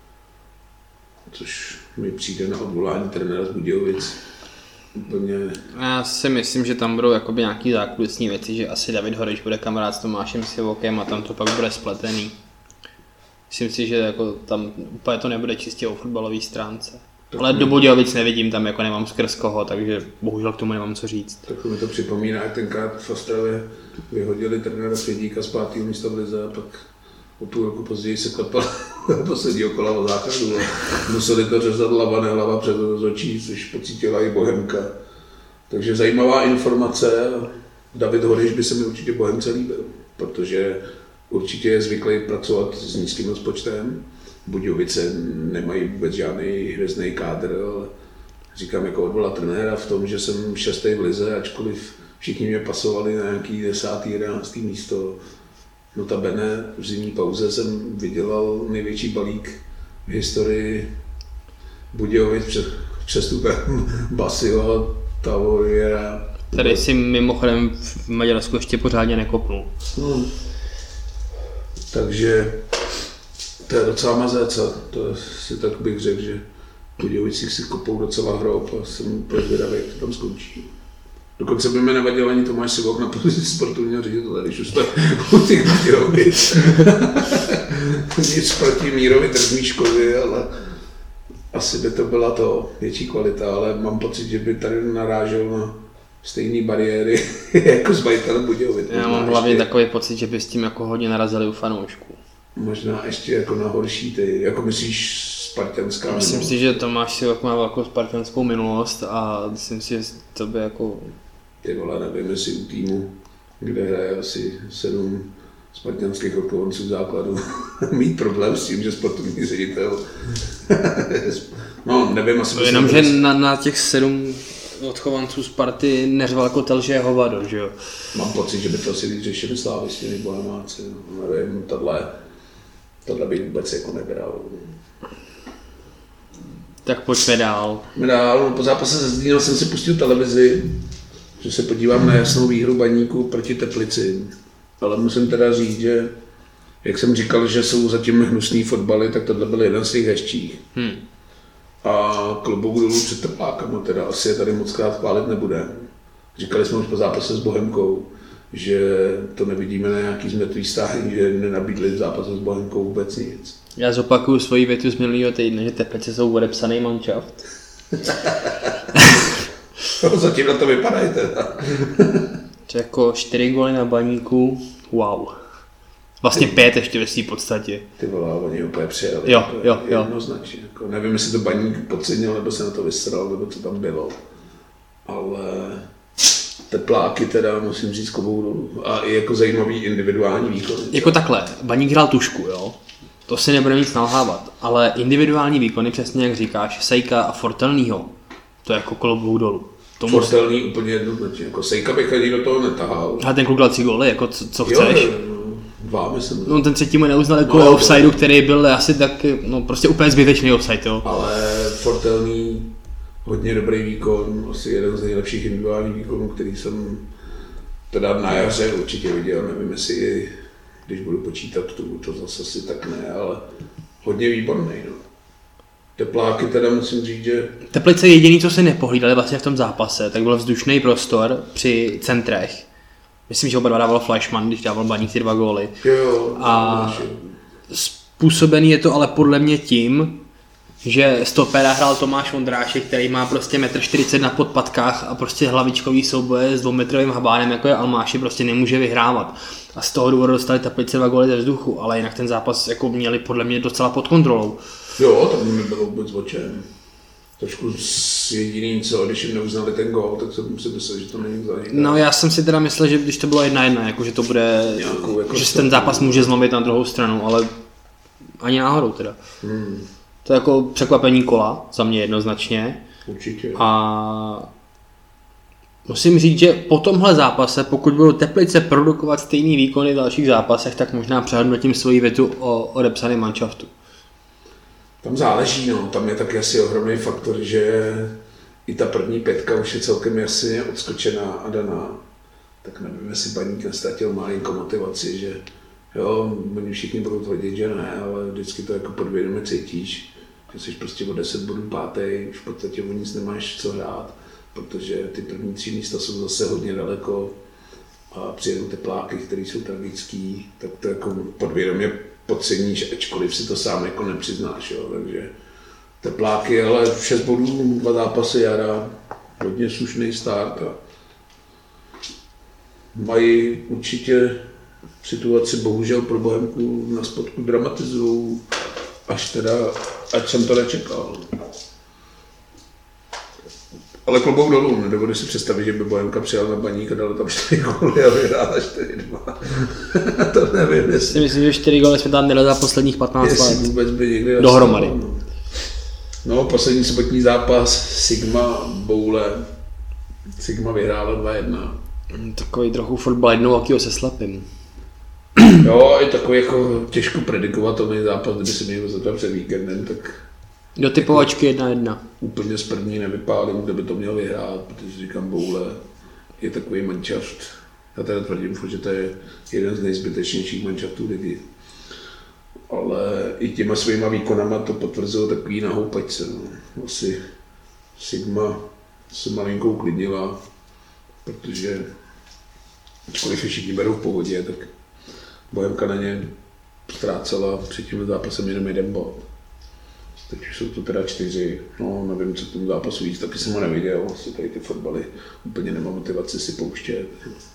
což mi přijde na odvolání trenéra z Budějovic. Úplně... Já si myslím, že tam budou jakoby nějaký zákulisní věci, že asi David Horejš bude kamarád s Tomášem Sivokem a tam to pak bude spletený. Myslím si, že jako tam úplně to nebude čistě o fotbalové stránce. Tak ale mi... do Budějovic nevidím, tam jako nemám skrz koho, takže bohužel k tomu nemám co říct. Tak mi to připomíná, jak tenkrát v Ostravě vyhodili trenéra Svědíka z pátého místa v lize a pak o půl roku později se klepal posledního kola o základu. Museli to řezat hlava, ne hlava před očí, což pocítila i Bohemka. Takže zajímavá informace. David Horejš by se mi určitě Bohemce líbil, protože určitě je zvyklý pracovat s nízkým rozpočtem. Budějovice nemají vůbec žádný hvězdný kádr, ale říkám jako odvolat trenéra v tom, že jsem šestý v lize, ačkoliv všichni mě pasovali na nějaký desátý, jedenáctý místo. Notabene v zimní pauze jsem vydělal největší balík v historii Budějovic před přestupem Basila, Tavoriera. Tady si mimochodem v Maďarsku ještě pořádně nekopnul. Hmm. Takže to je docela mazec a to si tak bych řekl, že Budějovicích si kopou docela hrob a jsem úplně zvědavý, jak to tam skončí. Dokonce by mi nevadil ani Tomáš Sivok na pozici sportovního ředitele, když už to u těch Budějovic. Nic proti Mírovi Trzmíškovi, ale asi by to byla to větší kvalita, ale mám pocit, že by tady narážel na stejné bariéry jako s majitelem Budějovic. Já mám hlavně ještě takový pocit, že by s tím jako hodně narazili u fanoušků. Možná ještě jako na horší ty, jako myslíš spartanská Myslím minulost? si, že Tomáš Sivok má velkou spartanskou minulost a myslím si, že to by jako... Ty vole, nevím, jestli u týmu, kde hraje asi sedm spartanských odchovanců základu, mít problém s tím, že sportovní ředitel... no, nevím, asi... Jenom, že na, na těch sedm odchovanců Sparty neřval kotel, že je hovado, že jo? Mám pocit, že by to asi víc řešili slávisti nebo Bohemáci, no, nevím, tohle, tohle bych vůbec jako nebral. Tak pojďme dál. Dál, po zápase se Zlínem jsem si pustil televizi, že se podívám na jasnou výhru Baníku proti Teplici. Ale musím teda říct, že jak jsem říkal, že jsou zatím hnusný fotbaly, tak tohle byl jeden z těch hezčích. Hmm. A klobouk dolů před Teplákama, teda asi je tady moc krát chválit nebudem. Říkali jsme už po zápase s Bohemkou, že to nevidíme na nějaký zmetlý stáhní, že nenabídli v zápase s Bohemkou vůbec nic. Já zopakuju svoji větu z minulého týdne, že Teplice jsou odepsaný manšaft. Zatím na to vypadají teda. Jako čtyři góly na Baníku, wow. Vlastně pět ještě ve své podstatě. Ty vole, oni úplně přijeli. Jo, jo, jo. Jednoznačně. Jako, nevím, jestli to Baník podcenil, nebo se na to vysral, nebo co tam bylo. Ale Tepláky teda musím říct klobouk dolů. A i jako zajímavý individuální výkon. Jako takhle, Baník hrál tušku, jo. To si nebude nic nalhávat, ale individuální výkony, přesně jak říkáš, Sejka a Fortelnýho, to je jako klobouk dolů. Tomu Fortelný si... úplně jednoznačně, jako Sejka bych ani do toho netahal. A ten kluk dal tři góly, jako co, co chceš? Jo, dva, myslím. No ten třetí mu neuznal jako no, offsideu, který byl asi tak, no prostě úplně zbytečný offside, jo. Ale Fortelný, hodně dobrý výkon, asi jeden z nejlepších individuálních výkonů, který jsem teda na jaře určitě viděl, nevím jestli když budu počítat tu, to zase si tak ne, ale hodně výborný, no. Tepláky teda musím říct, že... Teplice jediný, co se nepohlídali vlastně v tom zápase, tak byl vzdušný prostor při centrech. Myslím, že oba dva dával Fleischmann, když dával Baník ty dva góly. Jo, a způsobený je to ale podle mě tím, že stopera hrál Tomáš Vondrášek, který má prostě metr čtyřicet na podpatkách a prostě hlavičkový souboje s dvoumetrovým habánem, jako je Almáši, prostě nemůže vyhrávat. A z toho důvodu dostali Teplice dva góly ze vzduchu, ale jinak ten zápas jako měli podle mě docela pod kontrolou. Jo, tam nebylo vůbec o čem. Trošku s jediným, co, když jim neuznali ten gól, tak jsem si myslel, že to není za ně. No já jsem si teda myslel, že když to bylo jedna jedna, jako že to bude, nějakou, jako že se ten zápas může zlomit na druhou stranu, ale ani náhodou teda. Hmm. To je jako překvapení kola, za mě jednoznačně. Určitě. A musím říct, že po tomhle zápase, pokud budou Teplice produkovat stejný výkony v dalších zápasech, tak možná přehodnotím svoji větu o odepsaném manšaftu. Tam záleží, no. Tam je taky asi ohromný faktor, že i ta první pětka už je celkem jasně odskočená a daná. Tak nevím, jestli Baník nestratil malinkou motivaci, že jo, oni všichni budou tvrdit, že ne, ale vždycky to jako podvědomě cítíš, že jsi prostě o deset bodů pátý, už v podstatě o nic nemáš co hrát, protože ty první tři místa jsou zase hodně daleko a přijedou tepláky, které jsou tragický, tak to jako podvědomě podceníš, ačkoliv si to sám jako nepřiznáš, jo, takže tepláky, ale šest bodů, dva zápasy jara, hodně slušný start a mají určitě situaci bohužel pro Bohemku na spodku dramatizují, až teda, ať jsem to nečekal. Ale klobouk dolů, nedovedu si představit, že by Bohemka přijal na Baník a dala tam čtyři góly a vyhrála čtyři dva. To nevím, jestli... Myslím, že čtyři góly jsme tam nedali za posledních patnáct let. Vůbec by někdy dohromady. No. no, poslední sobotní zápas Sigma Boule. Sigma vyhrála dva jedna. Takový trochu fotbal jednou akýho se slepým. Jo, je takový jako těžko predikovatelný zápas, kdyby si měl za to před víkendem, tak... Do typovačky jedna jedna. Úplně z první nevypálím, kde by to měl vyhrát, protože říkám, Boule je takový manšaft. Já teda tvrdím, že to je jeden z nejzbytečnějších manšaftů ligy. Ale i těma svýma výkonama to potvrzují takový na houpačce. No. Asi Sigma se malinkou uklidnila, protože ačkoliv je všichni berou v pohodě, tak Bohemka na ně ztrácela před tím zápasem jenom jeden bod. Teď už jsou to teda čtyři, no nevím, co tomu zápasu víc, taky jsem ho neviděl, vlastně tady ty fotbaly úplně nemá motivaci si pouštět.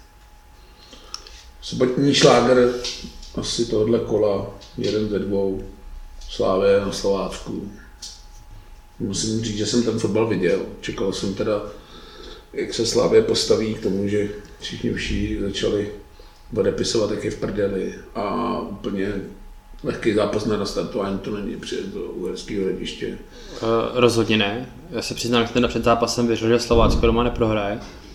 Sobotní šláger asi tohle kola, jeden ze dvou, Slávě na Slovácku. Musím říct, že jsem ten fotbal viděl, čekal jsem teda, jak se Slávě postaví k tomu, že všichni vší začali odepisovat, jak je v prdeli a úplně lehký zápas na nastartování to není přijet do Uherského Hradiště. Uh, rozhodně ne. Já se přiznám, že ten před zápasem věřil, že Slovácko doma neprohraje.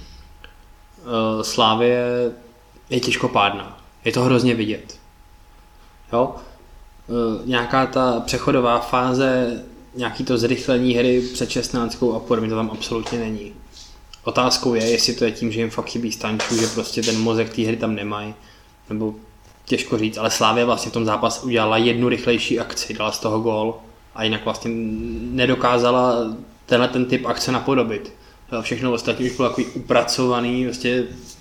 Uh, Slávie je těžkopádná. Je to hrozně vidět. Jo? Uh, nějaká ta přechodová fáze, nějaký to zrychlení hry před šestnáctkou a podobně, to tam absolutně není. Otázkou je, jestli to je tím, že jim fakt chybí Stančů, že prostě ten mozek té hry tam nemají, nebo těžko říct, ale Slavia vlastně v tom zápasu udělala jednu rychlejší akci, dala z toho gól a jinak vlastně nedokázala tenhle ten typ akce napodobit. Všechno ostatní už bylo takový upracovaný, vlastně...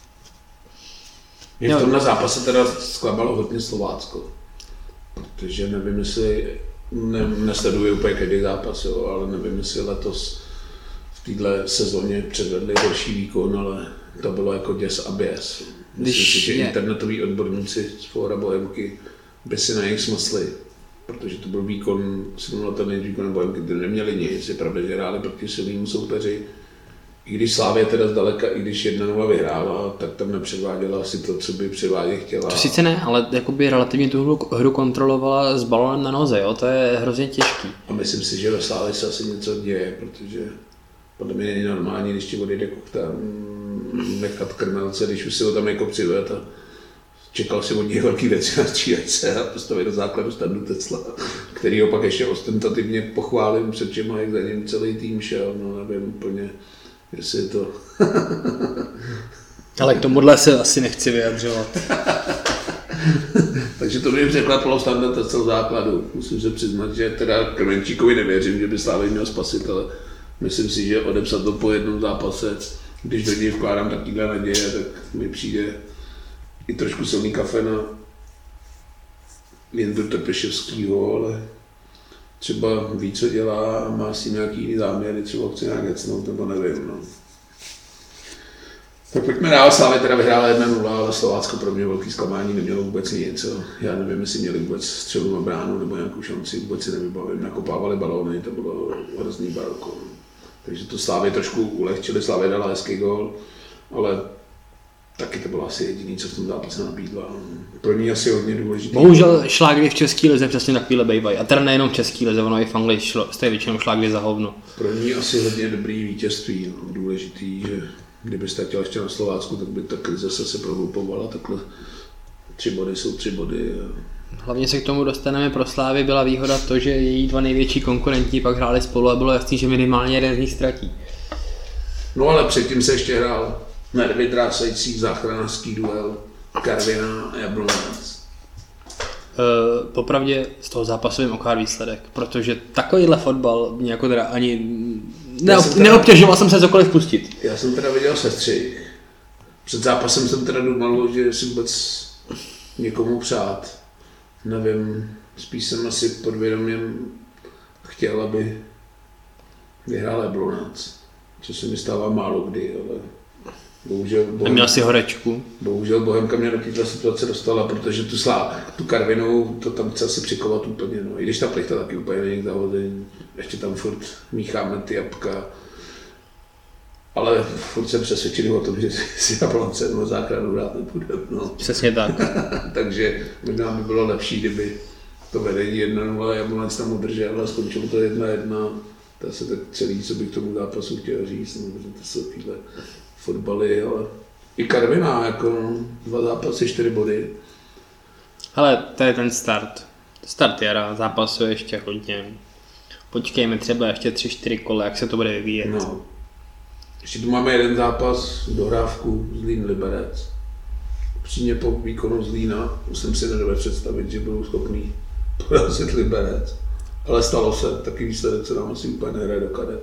Mě v tomhle zápase teda zklamalo hodně Slovácko, protože nevím, jestli, ne, nesleduji úplně každý zápas, jo, ale nevím, jestli letos v této sezóně předvedli horší výkon, ale to bylo jako děs a běs. Myslím si, že je. Internetoví odborníci z Fóra Bohemky by si na nich smysli, protože to byl výkon, simulatelný výkon Bohemky, kde neměli nic, je pravda, že hráli proti silnému soupeři. I když Slavia teda zdaleka, i když jedna nula vyhrála, tak tam nepředváděla asi to, co by předvádět chtěla. To sice ne, ale jakoby relativně tu hru kontrolovala s balonem na noze, jo? To je hrozně těžký. A myslím si, že ve Slavii se asi něco děje, protože podle mě není normální, když ti odjede Kuchta nechat Krmelce, když už si ho tam jako přived a čekal si od něj velký věci na střílejce a postavit do základu Standu Tecla, který ho pak ještě ostentativně pochválím, před čím jak za ním celý tým šel, no nevím úplně, jestli je to... Ale k tomuhle se asi nechci vyjadřovat. Takže to mě překvapilo Standa Tecla základu. Musím se přiznat, že teda Krmenčíkovi nevěřím, že by Slávy měl spasit, ale myslím si, že odepsat to po jednom zápase, když do něj vkládám takovýhle naděje, tak mi přijde i trošku silný kafe na Jindru Trpeševskýho, ale třeba ví, co dělá a má si nějaký jiný záměry, třeba chce nějak hecnout, nebo nevím. No. Tak pojďme dál, Slávě teda vyhrála jedna nula, ale Slovácko pro mě velký zklamání, nemělo vůbec nic. Já nevím, jestli měli vůbec střelu na bránu nebo nějakou šanci, vůbec si nevybavím. Nakopávali balóny, to bylo hrozný baroko. Takže to Slávě trošku ulehčili, Slávě dala hezký gól, ale taky to bylo asi jediný, co v tom zápase nabídla. Pro ní asi hodně důležitý. Bohužel šlágry v české lize přesně takovýhle bývají. A teda nejenom v české lize, ono i v Anglii jste většinou šlágry za hovno. Pro ní asi hodně dobrý vítězství, no, důležitý, že kdyby ztratil ještě na Slovácku, tak by ta krize se prohlupovala, takhle tři body jsou tři body. Hlavně se k tomu dostaneme, pro Slávy byla výhoda to, že její dva největší konkurenti pak hráli spolu a bylo jasný, že minimálně jeden z nich ztratí. No ale předtím se ještě hrál nervy drásající záchranářský duel Karviná a Jablonec. Uh, popravdě z toho zápasu jim okár výsledek, protože takovýhle fotbal mě jako teda ani neob, jsem teda, neobtěžoval jsem se cokoliv pustit. Já jsem teda viděl sestřih. Před zápasem jsem teda důmal, že si vůbec někomu přát. Nevím, spíš jsem asi podvědomě chtěl, aby vyhrál Jablonec, co se mi stává málo kdy, ale bohužel... Bohem, neměl si horečku. Bohužel Bohemka mě do této situace dostala, protože tu, slá, tu Karvinou to tam chce asi přikovat úplně, no. I když ta plichta taky úplně není k zahodení, ještě tam furt mícháme ty jabka. Ale furt jsem přesvědčený o tom, že si Jablonce nebo záchranu hrát nebudeme. No. Přesně tak. Takže možná by bylo lepší, kdyby to vedení jedna nula Jablonec tam udržel a skončilo to jedna jedna. To je se tak celý, co bych tomu zápasu chtěl říct, no, protože to jsou tyhle fotbaly, ale i Karviná, jako dva zápasy, čtyři body. Ale to je ten start. Start jara, zápasu je ještě hodně. Počkejme třeba ještě tři čtyři kola, jak se to bude vyvíjet. No. Ještě tu máme jeden zápas, dohrávku Zlín Liberec. Přímě po výkonu Zlína jsem si nedovedl představit, že budou schopný porazit Liberec. Ale stalo se, taky výsledek se nám asi úplně nehraje do kadet.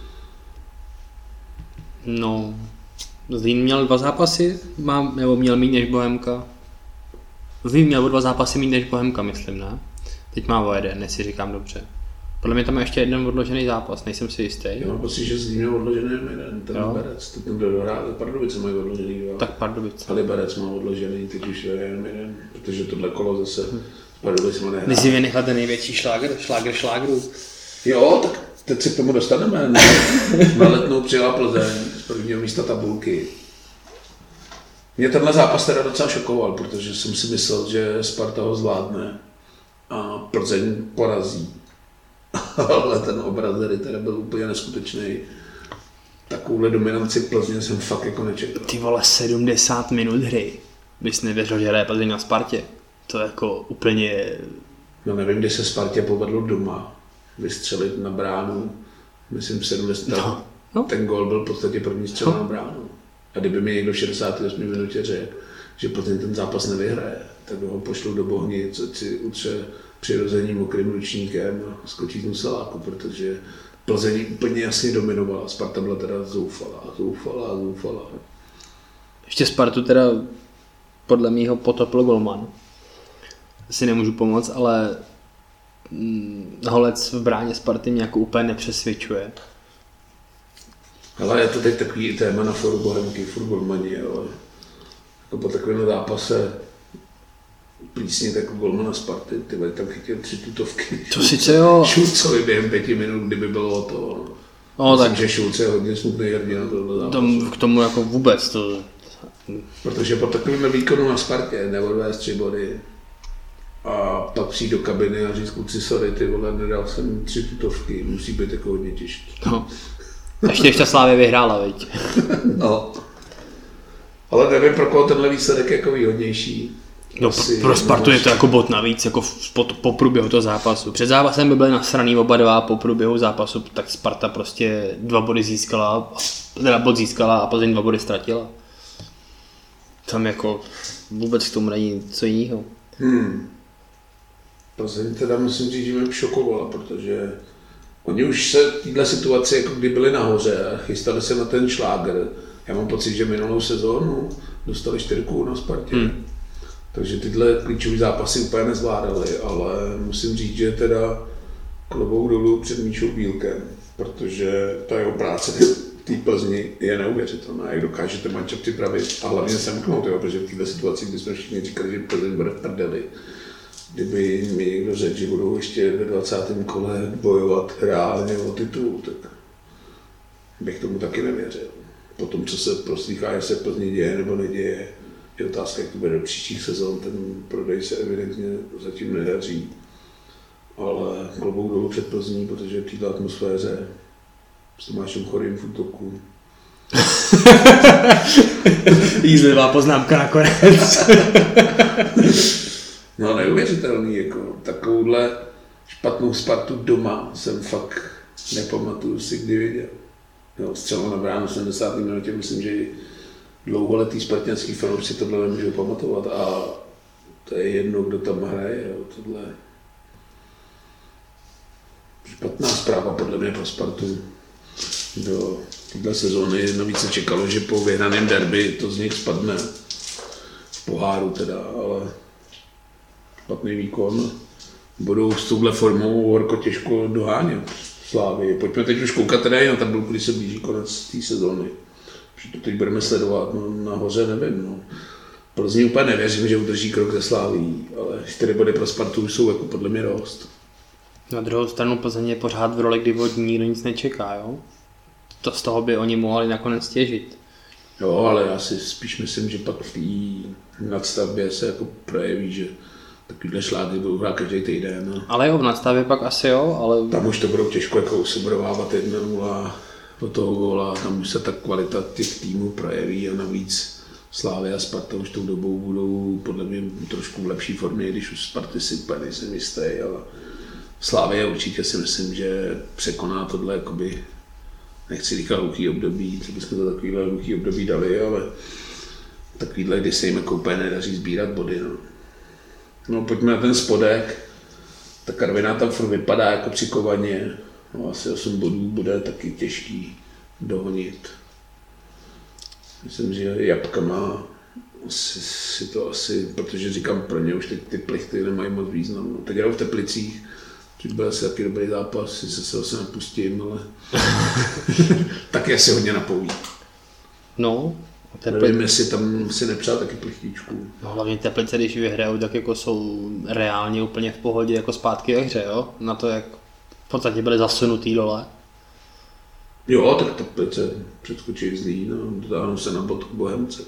No, Zlín měl dva zápasy, má, nebo měl méně než Bohemka. Zlín měl dva zápasy méně než Bohemka, myslím, ne? Teď má o jeden, jestli říkám dobře. Podle mě tam je ještě jeden odložený zápas, nejsem si jistý. Já mám pocit, že Zlín je odložený jeden, ten jo. Liberec, to ten dohrál, Pardubice mají odložený dva. Tak Pardubice. A Liberec má odložený, teď už je jenom jeden, protože tohle kolo zase hmm. Pardubice má nehrál. Když si vynechal ten největší šláger, šláger šlágrů. Jo, tak teď se k tomu dostaneme. Na Letnou přijela Plzeň z prvního místa tabulky. Mě tenhle zápas teda docela šokoval, protože jsem si myslel, že Sparta ho zvládne a Plzeň porazí. Ale ten obraz teda byl úplně neskutečný. Takovouhle dominanci Plzně jsem fakt jako nečekal. Ty vole, sedmdesát minut hry. Bys nevěřil, že hraje Plzeň na Spartě. To je jako úplně... No nevím, kdy se Spartě povedlo doma vystřelit na bránu. Myslím v sedmdesátém No, no. Ten gól byl v podstatě první střel no. na bránu. A kdyby mi někdo v šedesáté osmé minutě řekl, že Plzeň ten zápas nevyhraje, tak ho pošlou do Bohnic, co si utře přirozeným mokrým ručníkem a skočí z Nusaláku, protože Plzeň úplně jasně dominovala. Sparta byla teda zoufalá, zoufalá, zoufalá. Ještě Spartu teda podle mýho potopil golman. Si nemůžu pomoct, ale Holec v bráně Sparty mě jako úplně nepřesvědčuje. Ale je to teď takový téma na foru Bohemky, furt golmani, ale jako po takovém zápase plísnit jako golmana Sparty, ty tam chytil tři tutovky. To sice jo. Šulcovi během pěti minut, kdyby bylo to. No, myslím, tak, že Šulce je hodně smutný hrdina tohle zápasu. Tom, k tomu jako vůbec to... Protože po takovém výkonu na Spartě neodvést tři body a pak přijít do kabiny a říct kluci sorry, ty vole, nedal jsem tři tutovky, musí být jako hodně těžký. No. Ještě ještě Slávě vyhrála, viď? No. Ale nevím, pro koho tenhle výsledek je jako výhodnější. No, pro, pro Spartu je to jako bod navíc, jako po, po průběhu toho zápasu. Před zápasem by byly nasraný oba dva, po průběhu zápasu tak Sparta prostě dva body získala, teda bod získala a Plzeň dva body ztratila. Tam jako vůbec k tomu není co jiného. Hmm. Plzeň teda musím říct, že mě šokovala, protože oni už se v této situaci, jako kdy byli nahoře a chystali se na ten šláger. Já mám pocit, že minulou sezónu dostali čtyřku na Spartě. Hmm. Takže tyhle klíčové zápasy úplně nezvládali, ale musím říct, že teda klobouk dolů před Míšou Bílkem, protože ta jeho práce v té Plzni je neuvěřitelná, jak dokáže ten manča připravit a hlavně semknout, jo, protože v této situaci, kdy jsme všichni říkali, že Plzeň bude v prdeli, kdyby mi někdo řekl, že budou ještě ve dvacátém kole bojovat reálně o titul, tak bych tomu taky nevěřil. Po tom, co se proslýchá, jestli se Plzni děje nebo neděje, je otázka, jak to bude do příštích sezon, ten prodej se evidentně zatím nedaří. Ale klobouk dolů před Plzní, protože v této atmosféře s Tomášem Chorým v útoku. Jízlivá poznámka nakonec. No neuvěřitelný, jako takovouhle špatnou Spartu doma jsem fakt nepamatuju si kdy viděl. No, střelu na bránu v sedmdesáté minutě, myslím, že dlouholetý spartanský fanoušci tohle nemůžou pamatovat a to je jedno, kdo tam hraje, jo, tohle. Špatná zpráva podle mě pro Spartu do této sezóny. Navíc se čekalo, že po vyhraném derby to z nich spadne v poháru teda, ale špatný výkon. Budou s touhle formou horko těžko dohánět Slávy. Pojďme teď už koukat teda na tabulku, když se blíží konec té sezóny. To teď budeme sledovat, no, nahoře nevím. No. Plzni úplně nevěřím, že udrží krok ze Sláví, ale čtyři body pro Spartu jsou jako podle mě dost. Na druhou stranu Plzeň je pořád v roli, kdy od ní nikdo nic nečeká, jo? To z toho by oni mohli nakonec těžit. Jo, ale já si spíš myslím, že pak v té nadstavbě se jako projeví, že takovýhle šlády budou hrát každý týden. No. Ale jo, v nadstavbě pak asi jo, ale... Tam už to budou těžko jako usubrovávat jedna nula do toho góla, tam už se ta kvalita těch týmů projeví a navíc Slávy a Sparta už tou dobou budou podle mě trošku v lepší formě, když už Sparty si úplně nejsem jistý, ale Slávě určitě si myslím, že překoná tohle, jakoby, nechci říkat hluchý období, co bychom to takovýhle hluchý období dali, ale takovýhle, kdy se jim jako úplně nedaří sbírat body. No. No pojďme na ten spodek, ta Karviná tam furt vypadá jako přikovaně, no, asi osm bodů bude taky těžký dohonit. Myslím, že Jabka má si, si to asi, protože říkám pro ně už teď ty plichty nemají moc význam. No. Teď hrajou v Teplicích, což byl asi taky dobrý zápas, si se se nepustím, ale taky asi hodně napoví. No, Teplice. Nevím, jestli tam si nepřál taky plichtíčku. No, hlavně Teplice, když vyhrajou, tak jako jsou reálně úplně v pohodě jako zpátky ve hře, jo? Na to, jak v podstatě byli zasunutý dole. Jo, tak Teplice předskočí zlý, no, dotáhnou se na bod k Bohemce.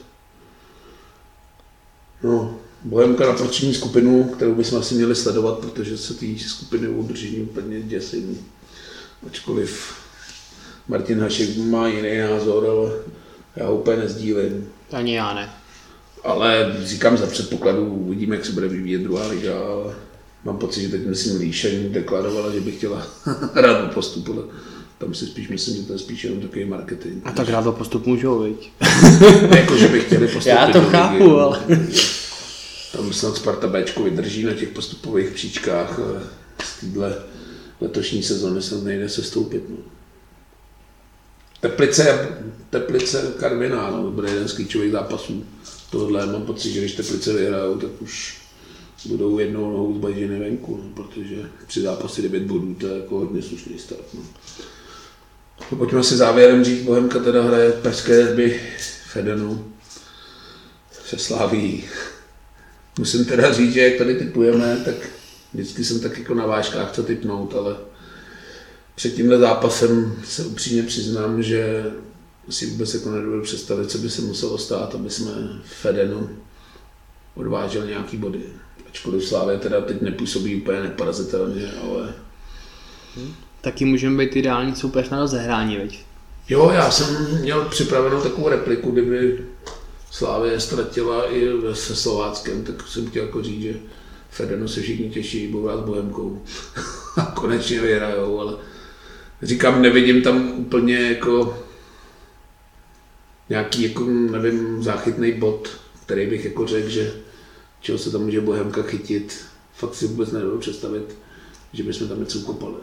No, Bohemka na prostřední skupinu, kterou bychom asi měli sledovat, protože se té skupiny udrží úplně děsivý. Ačkoliv Martin Hašek má jiný názor, ale já ho úplně nezdílím. Ani já ne. Ale říkám za předpokladu, uvidíme, jak se bude vyvíjet druhá liga, ale mám pocit, že teď myslím Líšeň deklarovala, že by chtěla hrát o postup, ale tam si spíš myslím, že to je spíš jenom takový marketing. A tak hrát o postup můžou, viď? Jako, že by chtěli postupit. Já to chápu, ligy, ale... Tam snad Sparta Bčko vydrží na těch postupových příčkách, ale z téhle letošní sezóny se nejde se stoupit. No. Teplice, Teplice Karviná, no, to bude jeden z klíčových zápasů. Tohle mám pocit, že když Teplice vyhrajou, tak už budou jednou nohou z bažiny venku, no, protože při zápase devět bodů to je jako hodně slušný start. No. No, pojďme si závěrem říct, Bohemka teda hraje pražské derby v Edenu se Slaví. Musím teda říct, že jak tady tipujeme, tak vždycky jsem tak jako na vážkách co tipnout, ale před tímhle zápasem se upřímně přiznám, že si vůbec jako nedovedu představit, co by se muselo stát, aby jsme v Edenu odváželi nějaký body. Ačkoliv Slávě teda teď nepůsobí úplně neparazitelně, ale... Hmm. Taky můžeme být ideální soupeř na rozehrání, veď? Jo, já jsem měl připravenou takovou repliku, kdyby Slávě ztratila i se Slováckem, tak jsem chtěl jako říct, že v Edenu se všichni těší, budou hrát s Bohemkou. A konečně vyhrajou, ale říkám, nevidím tam úplně jako nějaký, jako, nevím, záchytný bod, který bych jako řekl, že čeho se tam může Bohemka chytit. Fakt si vůbec nedovedu představit, že bychom tam něco ukopali.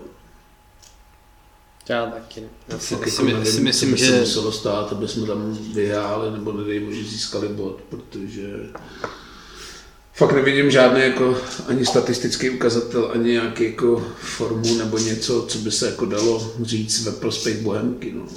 Já taky ne. Já si, si, jako my, nevím, si myslím, co by že... se muselo stát, aby jsme tam vyhráli, nebo nedej možná získali bod, protože fakt nevidím žádný jako ani statistický ukazatel, ani nějaký jako formu nebo něco, co by se jako dalo říct ve prospěch Bohemky. No.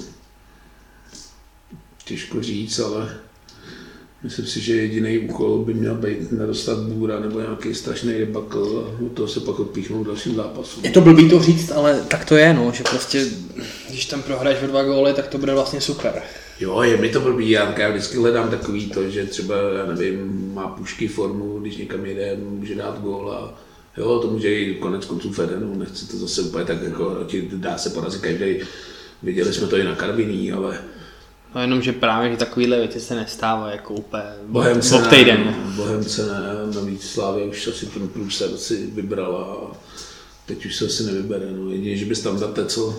Těžko říct, ale myslím si, že jediný úkol by měl být nedostat bůra nebo nějaký strašný debakl a od toho se pak odpíchnou dalším zápasům. Je to blbý to říct, ale tak to je, no, že prostě, když tam prohraješ o dva góly, tak to bude vlastně super. Jo, je mi to blbý, já, já vždycky hledám takový to, že třeba, já nevím, má Pušky formu, když někam jede, může dát gól a jo, to může i konec konců Fedenu, nechci to zase úplně tak jako, dá se porazit každý, viděli jsme to i na Karviní, ale no jenom, že právě že takovýhle věci se nestávají jako úplně Bohemce v týden. Bohemce ne, navíc Slávě už asi ten průser si vybrala a teď už se asi nevybere, no jedině, že bys tam dal co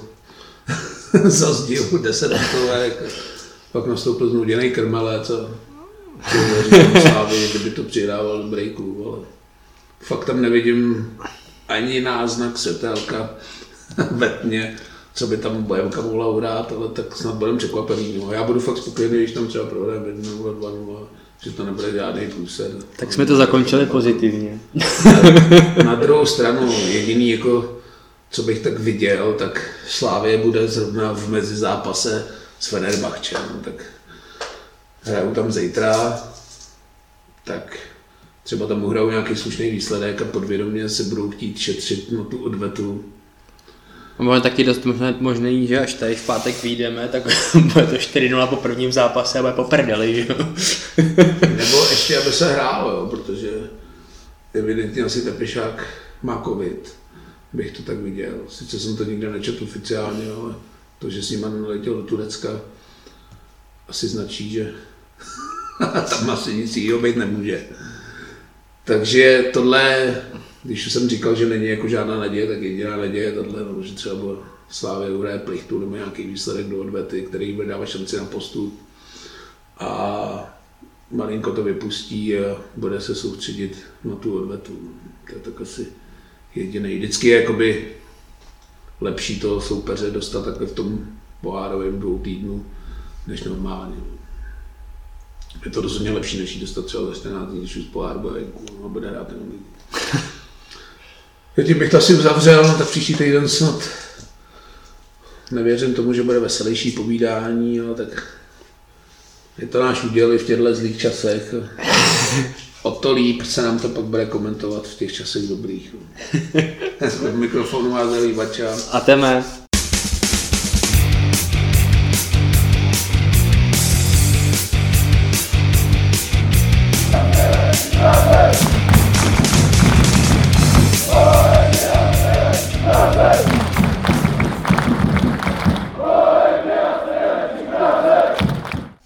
za sdíl deset datovek, pak nastoupil znuděnej Krmelec a Slávě, kdyby to přihrával do breaku, ale fakt tam nevidím ani náznak světelka ve tmě, co by tam Bohemka mohla uhrát, ale tak snad budeme překvapený. No. Já budu fakt spokojený, když tam třeba prohrajeme jedna nula, dva nula, že to nebude žádný průser. Tak jsme to zakončili pozitivně. Na, na druhou stranu, jediný, jako, co bych tak viděl, tak Slavie bude zrovna v mezizápase s Fenerbahčem. Tak hrajou tam zítra, tak třeba tam uhrajou nějaký slušný výsledek a podvědomě se budou chtít šetřit na tu odvetu. Bude taky dost možné, možný, že až tady v pátek vyjdeme, tak bude to čtyři nula po prvním zápase a bude po prdeli, že jo? Nebo ještě, aby se hrálo, jo, protože evidentně asi Tepišák má covid, bych to tak viděl. Sice jsem to nikde nečetl oficiálně, ale to, že Siman letěl do Turecka, asi značí, že tam asi nic jiného být nemůže. Takže tohle, když jsem říkal, že není jako žádná naděje, tak jediná naděje je tohle, no, že třeba Slávě uhraje plichtu nebo nějaký výsledek do odvety, který bude dávat šanci na postup a malinko to vypustí a bude se soustředit na tu odvetu. To je tak asi jediný. Vždycky je jakoby lepší toho soupeře dostat takhle v tom pohárovém dvou týdnu, než normálně. Je to rozhodně lepší, než jí dostat třeba za čtrnáct dní, když už pohár bude venku a bude hrát jenom lidi. Tím bych to asi uzavřel, tak příští týden snad nevěřím tomu, že bude veselější povídání, ale tak je to náš úděl i v těchto zlých časech. O to líp se nám to pak bude komentovat v těch časech dobrých. Z mikrofonu má Zelý Bača. A teme.